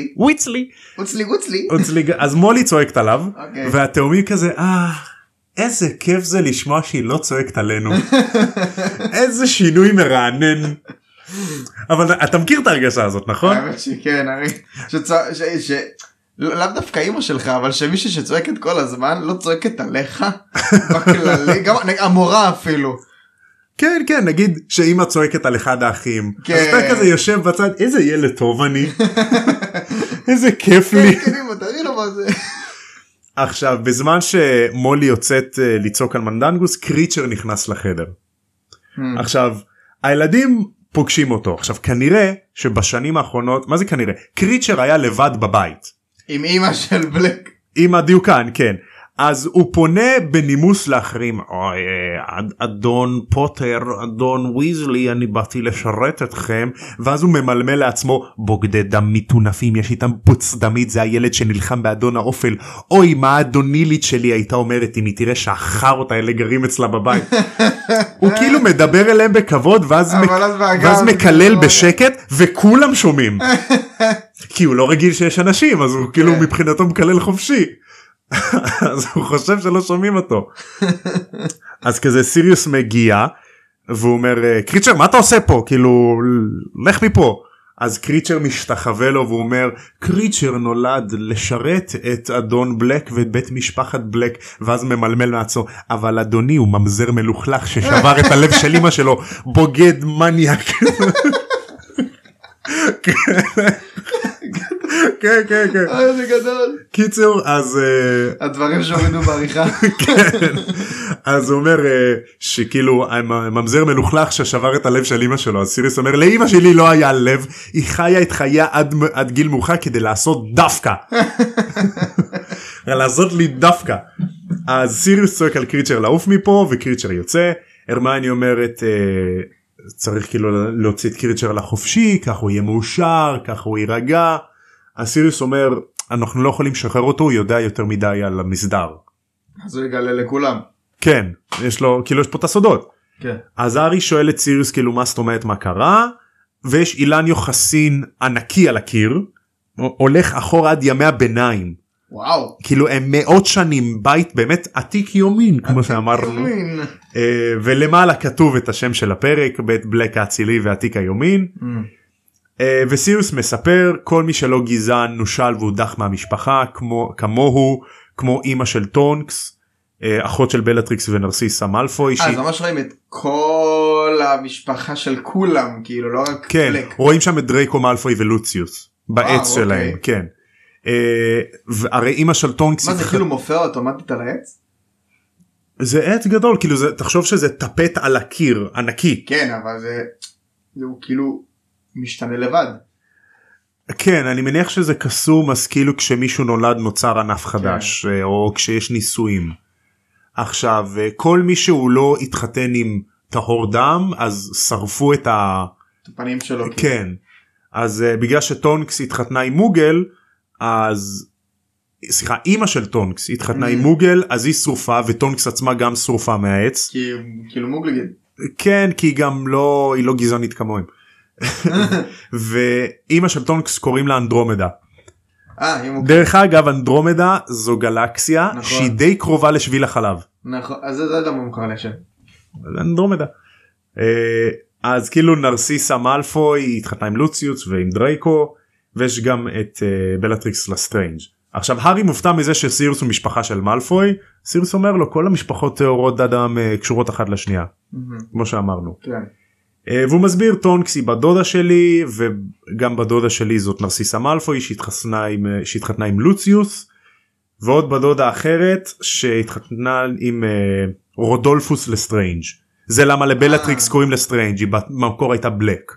ויצלי. אז מולי צועקת עליו, והתאומי כזה, איזה כיף זה לשמוע שהיא לא צועקת עלינו. איזה שינוי מרענן. אבל אתה מכיר את ההרגשה הזאת, נכון? האמת שכן, לאו דווקא אימא שלך, אבל שמישהו שצועקת כל הזמן לא צועקת עליך בכללי, גם המורה אפילו. כן, כן, נגיד שאמא צועקת על אחד האחים, אז אתה כזה יושב בצד, איזה ילד טוב אני, איזה כיף לי. כן, אמא, תראי לו מה זה. עכשיו, בזמן שמולי יוצאת לצעוק על מנדנגוס, קריצ'ר נכנס לחדר. עכשיו, הילדים פוגשים אותו. עכשיו, כנראה שבשנים האחרונות, מה זה כנראה? קריצ'ר היה לבד בבית. עם אמא של בלק. עם הדיוקן, כן. אז הוא פונה בנימוס לאחרים, אוי, אדון פוטר, אדון ויזלי, אני באתי לשרת אתכם, ואז הוא ממלמל לעצמו, בוגדי דם מטונפים, יש איתם פוץ דמית, זה הילד שנלחם באדון האופל, אוי, מה האדונילית שלי הייתה אומרת, אם היא תראה שהחרות האלה גרים אצלה בבית. הוא כאילו מדבר אליהם בכבוד, ואז מקלל בשקט, וכולם שומעים. כי הוא לא רגיל שיש אנשים, אז הוא כאילו מבחינתו מקלל חופשי. אז הוא חושב שלא שומעים אותו. אז כזה סיריוס מגיע והוא אומר, קריצ'ר, מה אתה עושה פה? כאילו, לך מפה. אז קריצ'ר משתחווה לו והוא אומר, קריצ'ר נולד לשרת את אדון בלק ואת בית משפחת בלק, ואז ממלמל מעצו, אבל אדוני הוא ממזר מלוכלך ששבר את הלב של אמא שלו, בוגד מניאק. כן, כן, כן. זה גדול. קיצור, אז הדברים שהורידו בעריכה. כן. אז הוא אומר שכאילו ממזר מלוכלך ששבר את הלב של אמא שלו. אז סיריוס אומר, לאמא שלי לא היה לב, היא חיה את חייה עד גיל מאוחר כדי לעשות דווקא. לעשות לי דווקא. אז סיריוס צועק על קריצ'ר לעוף מפה, וקריצ'ר יוצא. הרמיוני אומרת, צריך כאילו להוציא את קריצ'ר לחופשי, כך הוא יהיה מאושר, כך הוא יירגע. אז סיריוס אומר, אנחנו לא יכולים לשחרר אותו, הוא יודע יותר מדי על המסדר. אז הוא יגלה לכולם. כן, יש לו, כאילו יש פה את הסודות. כן. אז הארי שואל את סיריוס כאילו מה זאת אומרת מה קרה, ויש אילן יוחסין ענקי על הקיר, הולך אחורה עד ימי הביניים. וואו. כאילו הם מאות שנים, בית באמת עתיק יומין, כמו שאמרנו. ולמעלה כתוב את השם של הפרק, בית בלק האצילי ועתיק היומין. וסיריוס מספר, כל מי שלא גזען נושל והודח מהמשפחה, כמוהו, כמו אמא של טונקס, אחות של בלטריקס ונרסיסה מאלפוי. אז ממש רואים את כל המשפחה של כולם, כאילו לא רק כן, בלק. רואים שם את דרייקו מאלפוי ולוציוס, בעץ שלהם, כן. הרי אמא של טונקס... מה זה כאילו מופיע אוטומטית על העץ? זה עץ גדול, כאילו תחשוב שזה טפט על הקיר, ענקי. כן, אבל זה כאילו משתנה לבד. כן, אני מניח שזה קסום, אז כאילו כשמישהו נולד נוצר ענף חדש, או כשיש ניסויים. עכשיו, כל מי שהוא לא התחתן עם טהור דם, אז שרפו את הפנים שלו. כן. אז בגלל שטונקס התחתנה עם מוגל, אז סליחה, אמא של טונקס התחתנה עם מוגל, אז היא שרופה, וטונקס עצמה גם שרופה מהעץ. כאילו מוגלגד. כן, כי היא גם לא, היא לא גזענית כמוהם. ואמא של טונקס קוראים לה אנדרומדה. דרך אגב, אנדרומדה זו גלקסיה שהיא די קרובה לשביל החלב. נכון, אז זה לא מוכר לשם. אנדרומדה. אז כאילו נרסיסה מאלפוי היא התחתנה עם לוציוס ועם דרייקו, ויש גם את בלטריקס לסטרנג'. עכשיו הארי מופתע מזה שסיריוס הוא משפחה של מאלפוי, סיריוס אומר לו כל המשפחות טהורות אדם קשורות אחת לשנייה, כמו שאמרנו. כן. והוא מסביר, טונקס היא בדודה שלי, וגם בדודה שלי זאת נרסיסה מאלפוי שהתחתנה עם לוציוס, ועוד בדודה אחרת שהתחתנה עם רודולפוס לסטרנג'. זה למה לבלטריקס קוראים לסטרנג', היא במקור הייתה בלק.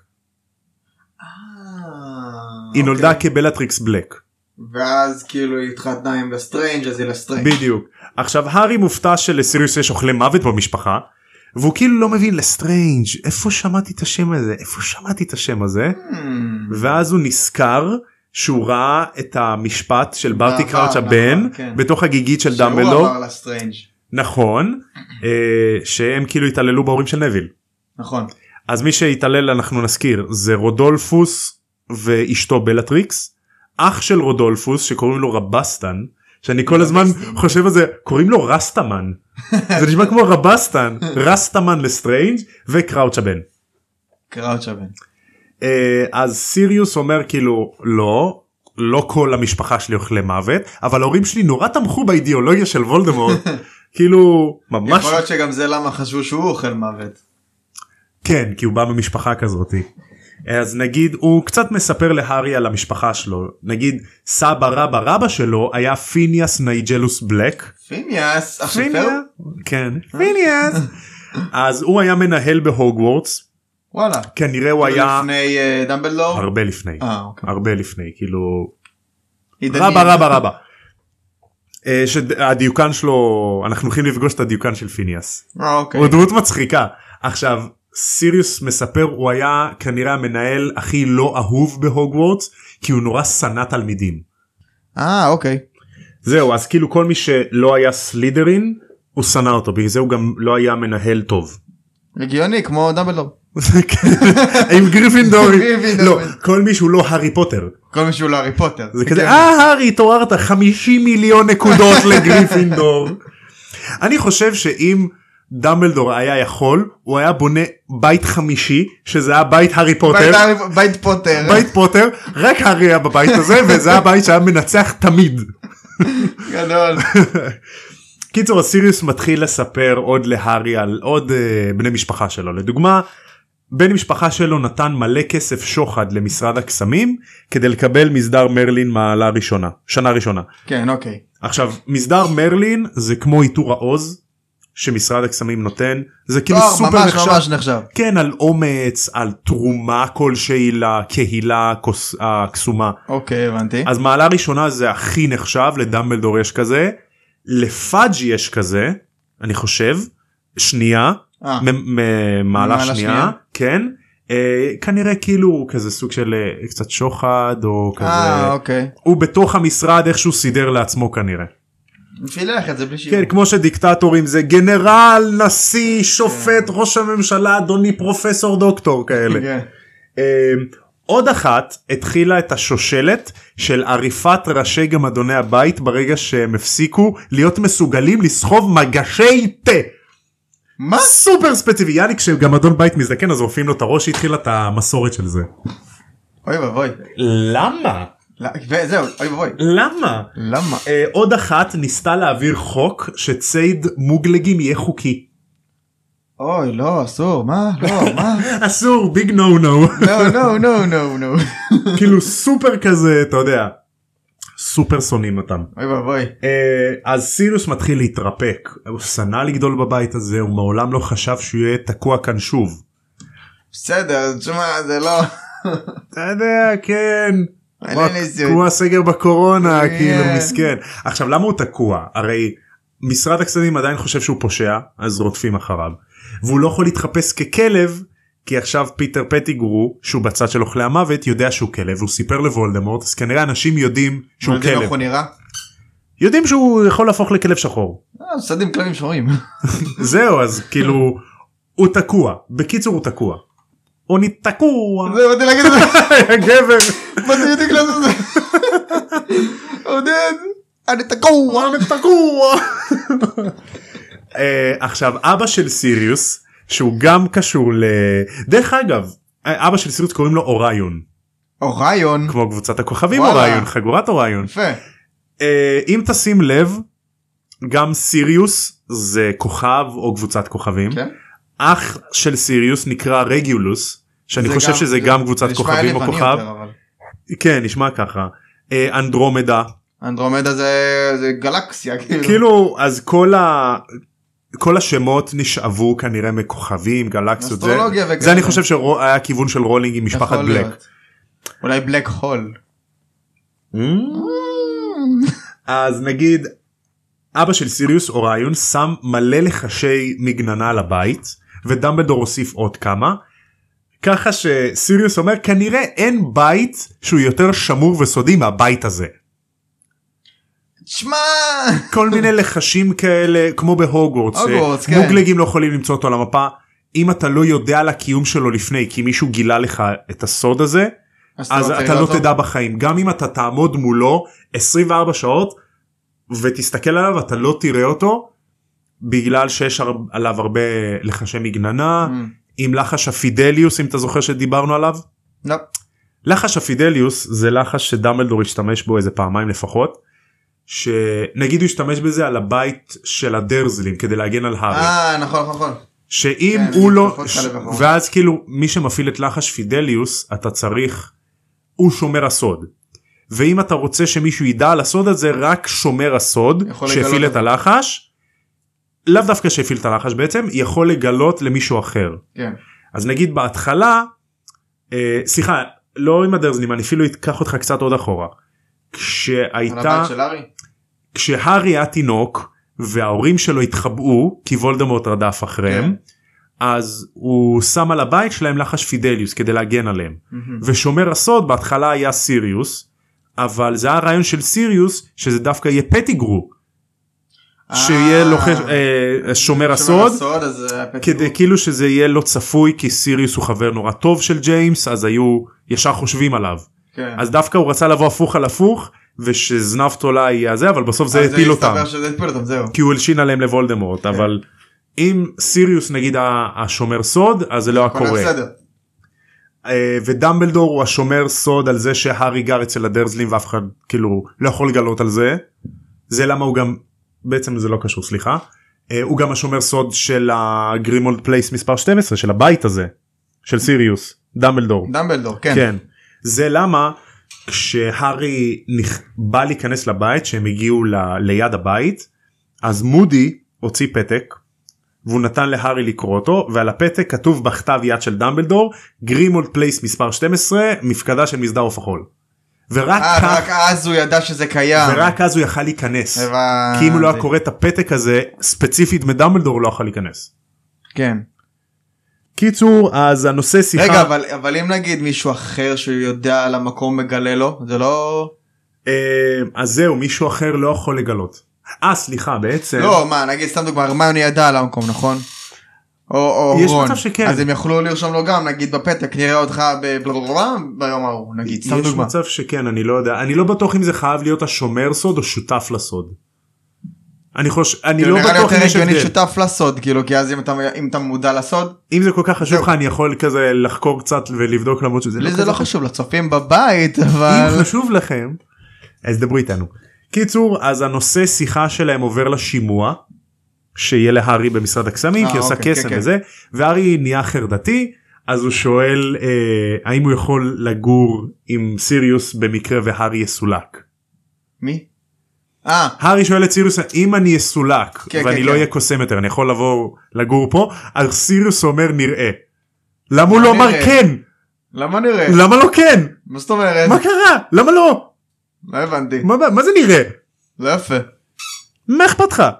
היא נולדה כבלטריקס בלק. ואז כאילו היא התחתנה עם לסטרנג' אז היא לסטרנג'. בדיוק. עכשיו הארי מופתע שלסיריוס יש אוכלי מוות במשפחה, והוא כאילו לא מבין לסטרנג' איפה שמעתי את השם הזה, איפה שמעתי את השם הזה, ואז הוא נזכר שהוא ראה את המשפט של ברטי קראוץ' הבן בתוך הגיגית של דמבלדור. שהוא עבר לסטרנג'. נכון, שהם כאילו התעללו בהורים של נביל. נכון. אז מי שהתעלל, אנחנו נזכיר, זה רודולפוס ואשתו בלטריקס, אח של רודולפוס שקוראים לו רבסטן, שאני כל הזמן חושב על זה, קוראים לו רסטמן. זה נשמע כמו רבסטן, רסטמן לסטרנג' וקראוץ' הבן. קראוץ' הבן. אז סיריוס אומר כאילו לא כל המשפחה שלי אוכלי מוות, אבל ההורים שלי נורא תמכו באידיאולוגיה של וולדמורט. כאילו ממש... יכול להיות שגם זה למה חשבו שהוא אוכל מוות. כן, כי הוא בא ממשפחה כזאת. אז נגיד הוא קצת מספר להארי על המשפחה שלו, נגיד סבא רבא רבא שלו היה פיניאס נייג'לוס בלק. פיניאס? כן, פיניאס. אז הוא היה מנהל בהוגוורטס. וואלה. כנראה הוא היה... לפני דמבלדור? הרבה לפני. אוקיי. הרבה לפני, כאילו... רבא רבא רבא. שהדיוקן שלו, אנחנו הולכים לפגוש את הדיוקן של פיניאס. אוקיי. הוא דמות מצחיקה. עכשיו, סיריוס מספר, הוא היה כנראה המנהל הכי לא אהוב בהוגוורטס, כי הוא נורא שנא תלמידים. אוקיי. זהו, אז כאילו כל מי שלא היה סלידרין, הוא שנא אותו, בגלל זה הוא גם לא היה מנהל טוב. הגיוני, כמו דמבלדור. עם גריפינדורי. לא, כל מי שהוא לא הארי פוטר. כל מי שהוא לא הארי פוטר. זה כזה, הארי, תוארת 50 מיליון נקודות לגריפינדור. אני חושב שאם דמבלדור היה יכול, הוא היה בונה בית חמישי, שזה היה בית הארי פוטר. בית פוטר. בית פוטר, רק הארי היה בבית הזה, וזה הבית שהיה מנצח תמיד. גדול. קיצור, סיריוס מתחיל לספר עוד להארי על עוד בני משפחה שלו. לדוגמה, בן משפחה שלו נתן מלא כסף שוחד למשרד הקסמים, כדי לקבל מסדר מרלין מעלה ראשונה, שנה ראשונה. כן, אוקיי. עכשיו, מסדר מרלין זה כמו איתור העוז, שמשרד הקסמים נותן, זה כאילו סופר נחשב. ממש נחשב. כן, על אומץ, על תרומה כלשהי לקהילה הקסומה. אוקיי, הבנתי. אז מעלה ראשונה זה הכי נחשב, לדמבלדור יש כזה, לפאג' יש כזה, אני חושב, שנייה, מעלה שנייה, כן, כנראה כאילו כזה סוג של קצת שוחד או כזה, אוקיי. הוא בתוך המשרד איכשהו סידר לעצמו כנראה. פילח את זה בלי שיעור. כן, כמו שדיקטטורים זה גנרל, נשיא, שופט, ראש הממשלה, אדוני פרופסור דוקטור כאלה. עוד אחת התחילה את השושלת של עריפת ראשי גמדוני הבית ברגע שהם הפסיקו להיות מסוגלים לסחוב מגשי תה. מה? סופר ספציפי, יאללה, כשגמדון בית מזדקן אז רופאים לו את הראש, התחילה את המסורת של זה. אוי ובוי. למה? זהו, אוי ובוי. למה? עוד אחת ניסתה להעביר חוק שציד מוגלגים יהיה חוקי. אוי, לא, אסור, מה? לא, מה? אסור, ביג נו נו. נו. כאילו סופר כזה, אתה יודע, סופר שונאים אותם. אוי ובוי. אז סיריוס מתחיל להתרפק, הוא שנא לגדול בבית הזה, הוא מעולם לא חשב שהוא יהיה תקוע כאן שוב. בסדר, תשמע, זה לא... אתה יודע, כן. כמו הסגר בקורונה, כאילו מסכן. עכשיו, למה הוא תקוע? הרי משרד הקסמים עדיין חושב שהוא פושע, אז רודפים אחריו. והוא לא יכול להתחפש ככלב, כי עכשיו פיטר פטיגרו, שהוא בצד של אוכלי המוות, יודע שהוא כלב, והוא סיפר לוולדמורט, אז כנראה אנשים יודעים שהוא כלב. יודעים איך הוא נראה? יודעים שהוא יכול להפוך לכלב שחור. סדים כלבים שחורים. זהו, אז כאילו, הוא תקוע. בקיצור הוא תקוע. אני תקוע. זה באתי להגיד את זה. גבר. באתי להגיד את זה. עודד. אני תקוע. עכשיו, אבא של סיריוס, שהוא גם קשור דרך אגב, אבא של סיריוס קוראים לו אוריון. אוריון? כמו קבוצת הכוכבים אוריון, חגורת אוריון. יפה. אם תשים לב, גם סיריוס זה כוכב או קבוצת כוכבים. כן. אח של סיריוס נקרא רגולוס, שאני חושב שזה גם קבוצת כוכבים או כוכב. כן, נשמע ככה. אנדרומדה. אנדרומדה זה גלקסיה. כאילו, אז כל השמות נשאבו כנראה מכוכבים, גלקסיות. זה אני חושב שהיה כיוון של רולינג עם משפחת בלק. אולי בלק הול. אז נגיד, אבא של סיריוס אוריון שם מלא לחשי מגננה על הבית, ודמבלדור הוסיף עוד כמה, ככה שסיריוס אומר, כנראה אין בית שהוא יותר שמור וסודי מהבית הזה. שמע! כל מיני לחשים כאלה, כמו בהוגוורטס, כן. מוגלגים לא יכולים למצוא אותו על המפה, אם אתה לא יודע על הקיום שלו לפני, כי מישהו גילה לך את הסוד הזה, אז אתה לא תדע בחיים. גם אם אתה תעמוד מולו 24 שעות, ותסתכל עליו, אתה לא תראה אותו, בגלל שיש עליו הרבה לחשי מגננה, עם לחש הפידליוס, אם אתה זוכר שדיברנו עליו. לא. לחש הפידליוס זה לחש שדמבלדור השתמש בו איזה פעמיים לפחות, שנגיד הוא השתמש בזה על הבית של הדרזלים כדי להגן על הארי. נכון. שאם הוא לא, ואז כאילו מי שמפעיל את לחש פידליוס, אתה צריך, הוא שומר הסוד. ואם אתה רוצה שמישהו ידע על הסוד הזה, רק שומר הסוד שהפעיל את הלחש, לאו דווקא שהפעיל את הלחש בעצם, יכול לגלות למישהו אחר. כן. אז נגיד בהתחלה, סליחה, לא עם הדרזלים, אני אפילו אקח אותך קצת עוד אחורה. כשהייתה... על הבית של הארי? כשהארי היה תינוק וההורים שלו התחבאו כי וולדמורט רדף אחריהם, אז הוא שם על הבית שלהם לחש פידליוס כדי להגן עליהם. ושומר הסוד בהתחלה היה סיריוס, אבל זה היה הרעיון של סיריוס שזה דווקא יהיה פטיגרו, שיהיה שומר הסוד, כדי כאילו שזה יהיה לא צפוי, כי סיריוס הוא חבר נורא טוב של ג'יימס, אז היו ישר חושבים עליו. אז דווקא הוא רצה לבוא הפוך על הפוך, ושזנב תולה יהיה זה, אבל בסוף זה הפיל אותם, כי הוא הלשין עליהם לוולדמורט. אבל אם סיריוס נגיד השומר סוד, אז זה לא הקורה. ודמבלדור הוא השומר סוד על זה שהארי גר אצל הדרזלים, ואף אחד כאילו לא יכול לגלות על זה. זה למה הוא גם, בעצם זה לא קשור, סליחה, הוא גם השומר סוד של הגרימולד פלייס מספר 12, של הבית הזה, של סיריוס, דמבלדור. כן. זה למה כשהארי בא להיכנס לבית, שהם הגיעו ליד הבית, אז מודי הוציא פתק, והוא נתן להארי לקרוא אותו, ועל הפתק כתוב בכתב יד של דמבלדור, גרימולד פלייס מספר 12, מפקדה של מסדר עוף החול. רק אז הוא ידע שזה קיים. ורק אז הוא יכל להיכנס. כי אם הוא לא היה קורא את הפתק הזה, ספציפית מדמבלדור הוא לא יכול להיכנס. כן. קיצור, אז הנושא שיחה... רגע, אבל אם נגיד מישהו אחר שהוא יודע על המקום מגלה לו, זה לא... אז זהו, מישהו אחר לא יכול לגלות. סליחה, בעצם... לא, מה, נגיד סתם דוגמה, הרמיוני ידע על המקום, נכון? או יש רון. מצב שכן. אז הם יכלו לרשום לו גם, נגיד בפתק, נראה אותך בבלבלבלה ביום ההוא, נגיד, סתם דוגמה. יש מצב שכן, אני לא יודע. אני לא בטוח אם זה חייב להיות השומר סוד או שותף לסוד. אני לא בטוח אם יש הבדל. שותף לסוד, כאילו, כי אז אם אתה מודע לסוד. אם זה כל כך חשוב לך, אני יכול כזה לחקור קצת ולבדוק למרות שזה לא כזה. זה לא חשוב, לצופים בבית, אבל... אם חשוב לכם, אז דברו איתנו. קיצור, אז הנושא שיחה שלהם עובר לשימוע, שיהיה להארי במשרד הקסמים, כי עושה קסם וזה, והארי נהיה חרדתי, אז הוא שואל האם הוא יכול לגור עם סיריוס במקרה והארי יסולק. מי? הארי שואל את סיריוס, אם אני יסולק ואני לא אהיה קוסם יותר, אני יכול לבוא לגור פה? אז סיריוס אומר נראה. למה הוא לא אמר כן? למה נראה? למה לא כן? מה זאת אומרת? מה קרה? למה לא? לא הבנתי. מה זה נראה? זה יפה. מה אכפת לך?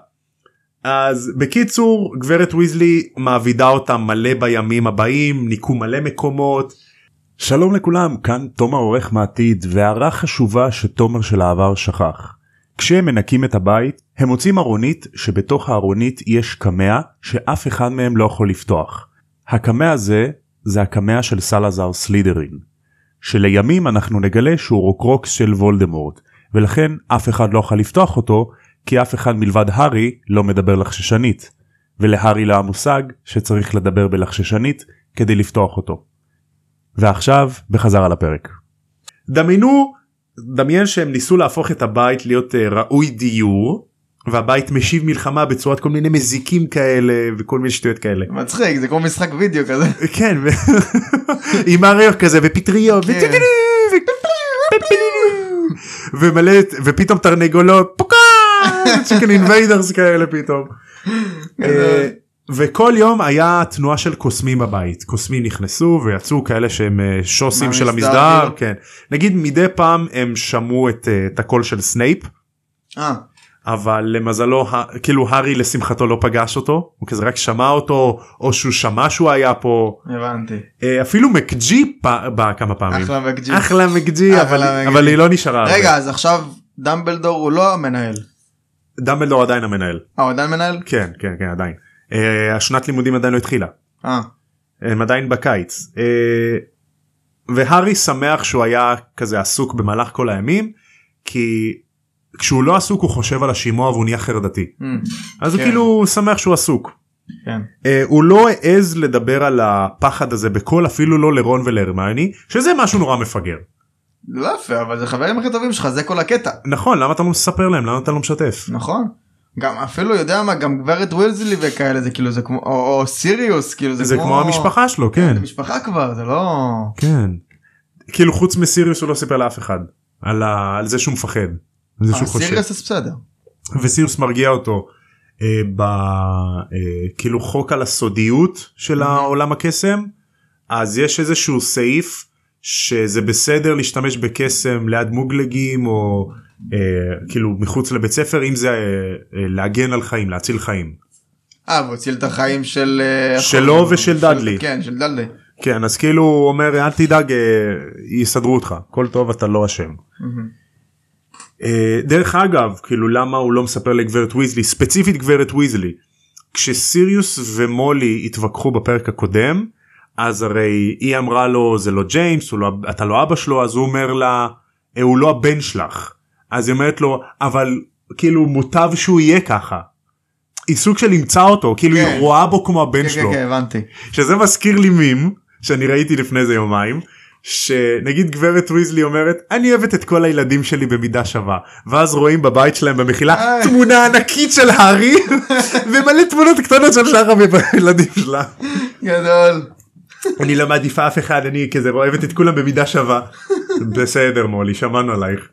אז בקיצור, גברת ויזלי מעבידה אותם מלא בימים הבאים, ניקו מלא מקומות. שלום לכולם, כאן תומר עורך מעתיד, והערה חשובה שתומר של העבר שכח. כשהם מנקים את הבית, הם מוצאים ארונית שבתוך הארונית יש קמע שאף אחד מהם לא יכול לפתוח. הקמע הזה זה הקמע של סלאזר סלידרין, שלימים אנחנו נגלה שהוא רוקרוקס של וולדמורט, ולכן אף אחד לא יכול לפתוח אותו, כי אף אחד מלבד הארי לא מדבר לחששנית, ולהארי לא המושג שצריך לדבר בלחששנית כדי לפתוח אותו. ועכשיו בחזרה לפרק. דמיין שהם ניסו להפוך את הבית להיות ראוי דיור, והבית משיב מלחמה בצורת כל מיני מזיקים כאלה וכל מיני שטויות כאלה. מצחיק, זה כמו משחק וידאו כזה. כן, עם הריח כזה ופטריות ומלא, ופתאום תרנגולות פוקה צ'יקן אינוויידרס כאלה פתאום. וכל יום היה תנועה של קוסמים בבית, קוסמים נכנסו ויצאו כאלה שהם שוסים של המסדר, כן. נגיד מדי פעם הם שמעו את הקול של סנייפ, אבל למזלו כאילו הארי לשמחתו לא פגש אותו, הוא כזה רק שמע אותו, או שהוא שמע שהוא היה פה. הבנתי. אפילו מקג'י בא כמה פעמים. אחלה מקג'י. אבל היא לא נשארה. רגע, אז עכשיו דמבלדור הוא לא המנהל. דמבלדור עדיין המנהל. הוא עדיין מנהל? כן, כן, כן, עדיין. השנת לימודים עדיין לא התחילה. הם עדיין בקיץ. והארי שמח שהוא היה כזה עסוק במהלך כל הימים, כי כשהוא לא עסוק הוא חושב על השימוע והוא נהיה חרדתי. אז הוא כאילו שמח שהוא עסוק. הוא לא העז לדבר על הפחד הזה בכל, אפילו לא לרון ולהרמיוני, שזה משהו נורא מפגר. לא יפה, אבל זה חברים הכי טובים שלך, זה כל הקטע. נכון, למה אתה לא מספר להם? למה אתה לא משתף? נכון. גם אפילו יודע מה, גם גברת ויזלי וכאלה, זה כאילו זה כמו, או סיריוס, כאילו זה כמו המשפחה שלו, כן. זה משפחה כבר, זה לא... כן. כאילו חוץ מסיריוס הוא לא סיפר לאף אחד, על זה שהוא מפחד. סיריוס זה בסדר. וסיריוס מרגיע אותו כאילו חוק על הסודיות של העולם הקסם, אז יש איזשהו סעיף שזה בסדר להשתמש בקסם ליד מוגלגים או כאילו מחוץ לבית ספר, אם זה להגן על חיים, להציל חיים. והוא הציל את החיים של... שלו ושל דאדלי. כן, של דאדלי. כן, אז כאילו הוא אומר, אל תדאג, יסדרו אותך, כל טוב, אתה לא אשם. דרך אגב, כאילו למה הוא לא מספר לגברת ויזלי, ספציפית גברת ויזלי, כשסיריוס ומולי התווכחו בפרק הקודם, אז הרי היא אמרה לו, זה לא ג'יימס, אתה לא אבא שלו, אז הוא אומר לה, הוא לא הבן שלך. אז היא אומרת לו, אבל כאילו מוטב שהוא יהיה ככה. היא סוג של למצא אותו, כאילו היא רואה בו כמו הבן שלו. כן, הבנתי. שזה מזכיר לי מים, שאני ראיתי לפני זה יומיים, שנגיד גברת ויזלי אומרת, אני אוהבת את כל הילדים שלי במידה שווה, ואז רואים בבית שלהם במחילה תמונה ענקית של הארי, ומלא תמונות קטנות של שאר הילדים שלה. גדול. אני לא מעדיפה אף אחד, אני כזה אוהבת את כולם במידה שווה. בסדר מולי, שמענו עלייך.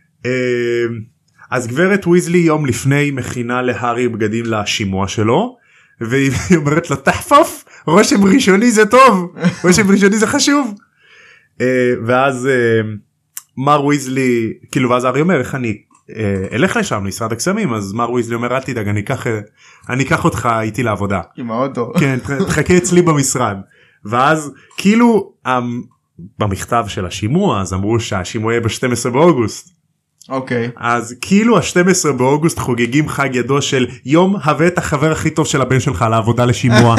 אז גברת ויזלי יום לפני מכינה להארי בגדים לשימוע שלו, והיא אומרת לו תחפוף, רושם ראשוני זה טוב, רושם ראשוני זה חשוב. ואז מר ויזלי, כאילו ואז הארי אומר, איך אני אלך לשם למשרד הקסמים, אז מר ויזלי אומר אל תדאג, אני אקח אותך איתי לעבודה. עם האוטו. כן, תחכה אצלי במשרד. ואז כאילו במכתב של השימוע אז אמרו שהשימוע יהיה ב-12 באוגוסט. אוקיי. אז כאילו ה-12 באוגוסט חוגגים חג ידו של יום הבא את החבר הכי טוב של הבן שלך לעבודה לשימוע.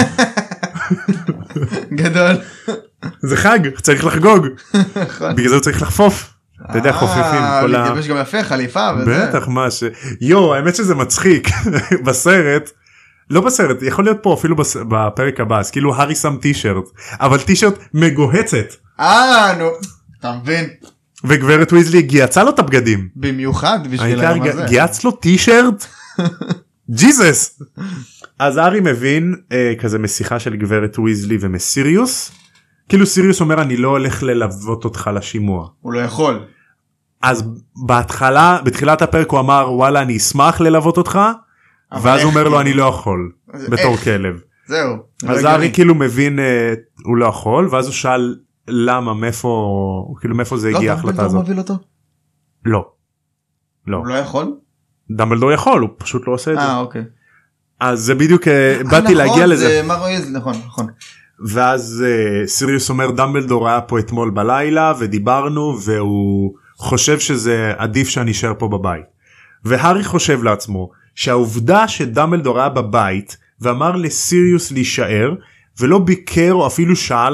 גדול. זה חג, צריך לחגוג. בגלל זה הוא צריך לחפוף. אתה יודע, חופפים. להתלבש גם יפה, חליפה וזה. בטח, מה ש... האמת שזה מצחיק. בסרט, לא בסרט, יכול להיות פה אפילו בפרק הבא, אז כאילו הארי שם טישרט, אבל טישרט מגוהצת. נו, אתה מבין. וגברת ויזלי גייצה לו את הבגדים. במיוחד בשביל היום הזה. גייץ לו טישרט? ג'יזוס. אז הארי מבין כזה משיחה של גברת ויזלי ומסיריוס, כאילו סיריוס אומר אני לא הולך ללוות אותך לשימוע. הוא לא יכול. אז בתחילת הפרק הוא אמר וואלה אני אשמח ללוות אותך, ואז הוא אומר לו אני לא יכול בתור כלב. זהו. אז הארי כאילו מבין הוא לא יכול, ואז הוא שאל למה, מאיפה זה הגיע ההחלטה הזאת. דמבלדור מוביל אותו? לא. הוא לא יכול? דמבלדור יכול, הוא פשוט לא עושה את זה. אוקיי. אז זה בדיוק באתי להגיע לזה. נכון. ואז סיריוס אומר דמבלדור היה פה אתמול בלילה ודיברנו והוא חושב שזה עדיף שאני אשאר פה בבית. והארי חושב לעצמו שהעובדה שדמבלדור היה בבית ואמר לסיריוס להישאר ולא ביקר או אפילו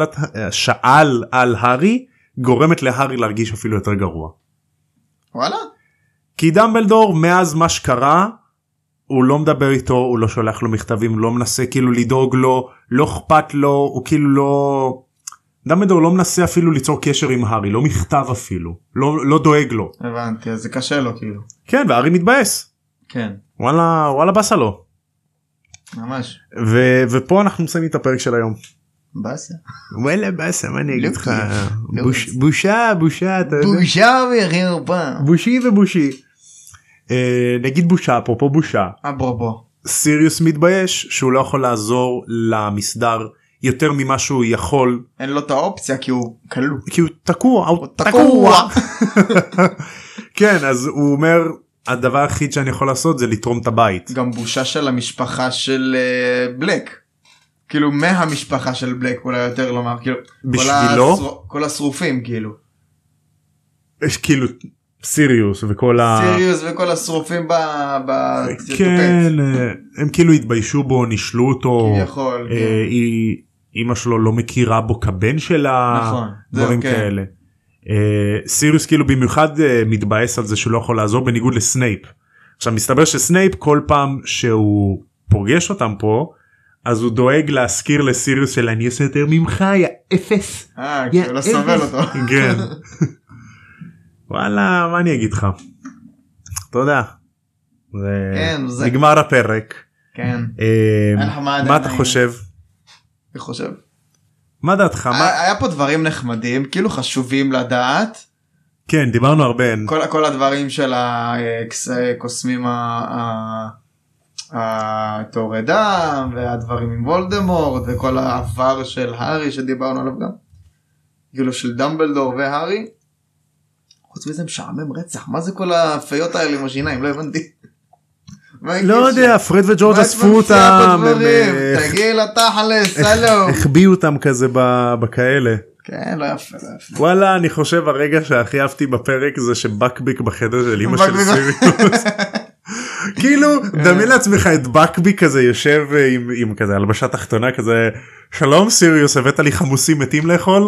שאל על הארי גורמת להארי להרגיש אפילו יותר גרוע. וואלה? כי דמבלדור מאז מה שקרה הוא לא מדבר איתו, הוא לא שולח לו מכתבים, לא מנסה כאילו לדאוג לו, לא אכפת לו, הוא כאילו לא... דמבלדור לא מנסה אפילו ליצור קשר עם הארי, לא מכתב אפילו, לא דואג לו. הבנתי, אז זה קשה לו כאילו. כן, והארי מתבאס. כן. וואלה בסה לו. ממש. ופה אנחנו מסיימים את הפרק של היום. בסה. וואלה בסה, מה אני אגיד לך? בושה, אתה יודע. בושה וחרפה. בושי ובושי. נגיד בושה, אפרופו בושה. אפרופו. סיריוס מתבייש שהוא לא יכול לעזור למסדר יותר ממה שהוא יכול. אין לו את האופציה כי הוא כלוא. כי הוא תקוע. כן, אז הוא אומר הדבר היחיד שאני יכול לעשות זה לתרום את הבית. גם בושה של המשפחה של בלק. כאילו מהמשפחה של בלק אולי יותר לומר. בשבילו? כל השרופים כאילו. יש כאילו סיריוס וכל השרופים כן, הם כאילו התביישו בו, נשלו אותו. כביכול. אמא שלו לא מכירה בו כבן שלה. נכון. דברים כאלה. סיריוס כאילו במיוחד מתבאס על זה שהוא לא יכול לעזור בניגוד לסנייפ. עכשיו מסתבר שסנייפ כל פעם שהוא פוגש אותם פה אז הוא דואג להזכיר לסיריוס של אני עושה יותר ממך יא אפס. כי הוא לא סובל אותו. כן. וואלה מה אני אגיד לך. תודה. זה נגמר הפרק. כן. מה אתה חושב? אני חושב. מה דעתך? היה פה דברים נחמדים כאילו חשובים לדעת. כן דיברנו הרבה. כל הדברים של הקוסמים התאורי דם והדברים עם וולדמורט וכל העבר של הארי שדיברנו עליו גם. כאילו של דמבלדור והארי. חוץ מזה משעמם רצח, מה זה כל הפיות האלה עם השיניים, לא הבנתי. לא יודע, פרד וג'ורג' אספו אותם, תגיע לתכלס, הלו. החביאו אותם כזה בכאלה. כן, לא יפה, לא יפה. וואלה, אני חושב הרגע שהכי אהבתי בפרק זה שבקביק בחדר של אמא של סיריוס. כאילו, דמיין לעצמך את בקביק כזה יושב עם כזה הלבשה תחתונה כזה, שלום סיריוס, הבאת לי חמוסים מתים לאכול?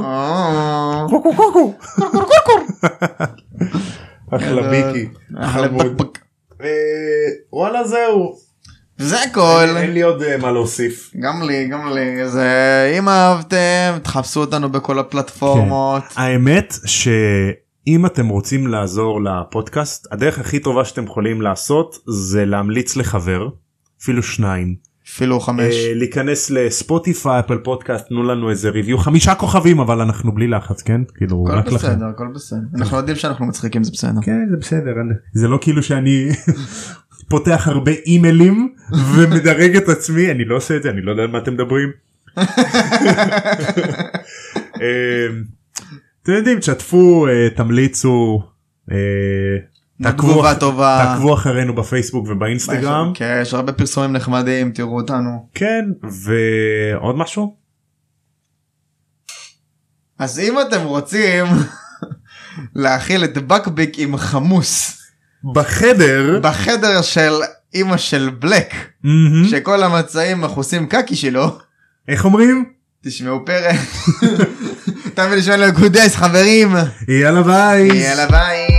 אחלה ביקי. אחלה בקבק. וואלה זהו. זה הכל. אין לי עוד מה להוסיף. גם לי. אז אם אהבתם, תחפשו אותנו בכל הפלטפורמות. האמת שאם אתם רוצים לעזור לפודקאסט, הדרך הכי טובה שאתם יכולים לעשות זה להמליץ לחבר, אפילו 2. אפילו 5. להיכנס לספוטיפיי, אפל פודקאסט, תנו לנו איזה ריוויו, 5 כוכבים, אבל אנחנו בלי לחץ, כן? כאילו, רק לכם. הכל בסדר. אנחנו יודעים שאנחנו מצחיקים, זה בסדר. כן, זה בסדר. זה לא כאילו שאני פותח הרבה אימיילים ומדרג את עצמי, אני לא עושה את זה, אני לא יודע על מה אתם מדברים. אתם יודעים, תשתפו, תמליצו, תעקבו אחרינו בפייסבוק ובאינסטגרם. כן, יש הרבה פרסומים נחמדים, תראו אותנו. כן, ועוד משהו? אז אם אתם רוצים להאכיל את בקביק עם חמוס בחדר של אמא של בלק, שכל המצעים מכוסים קקי שלו, איך אומרים? תשמעו פרק. תמיד נשמע לנו קודס חברים. יאללה ביי.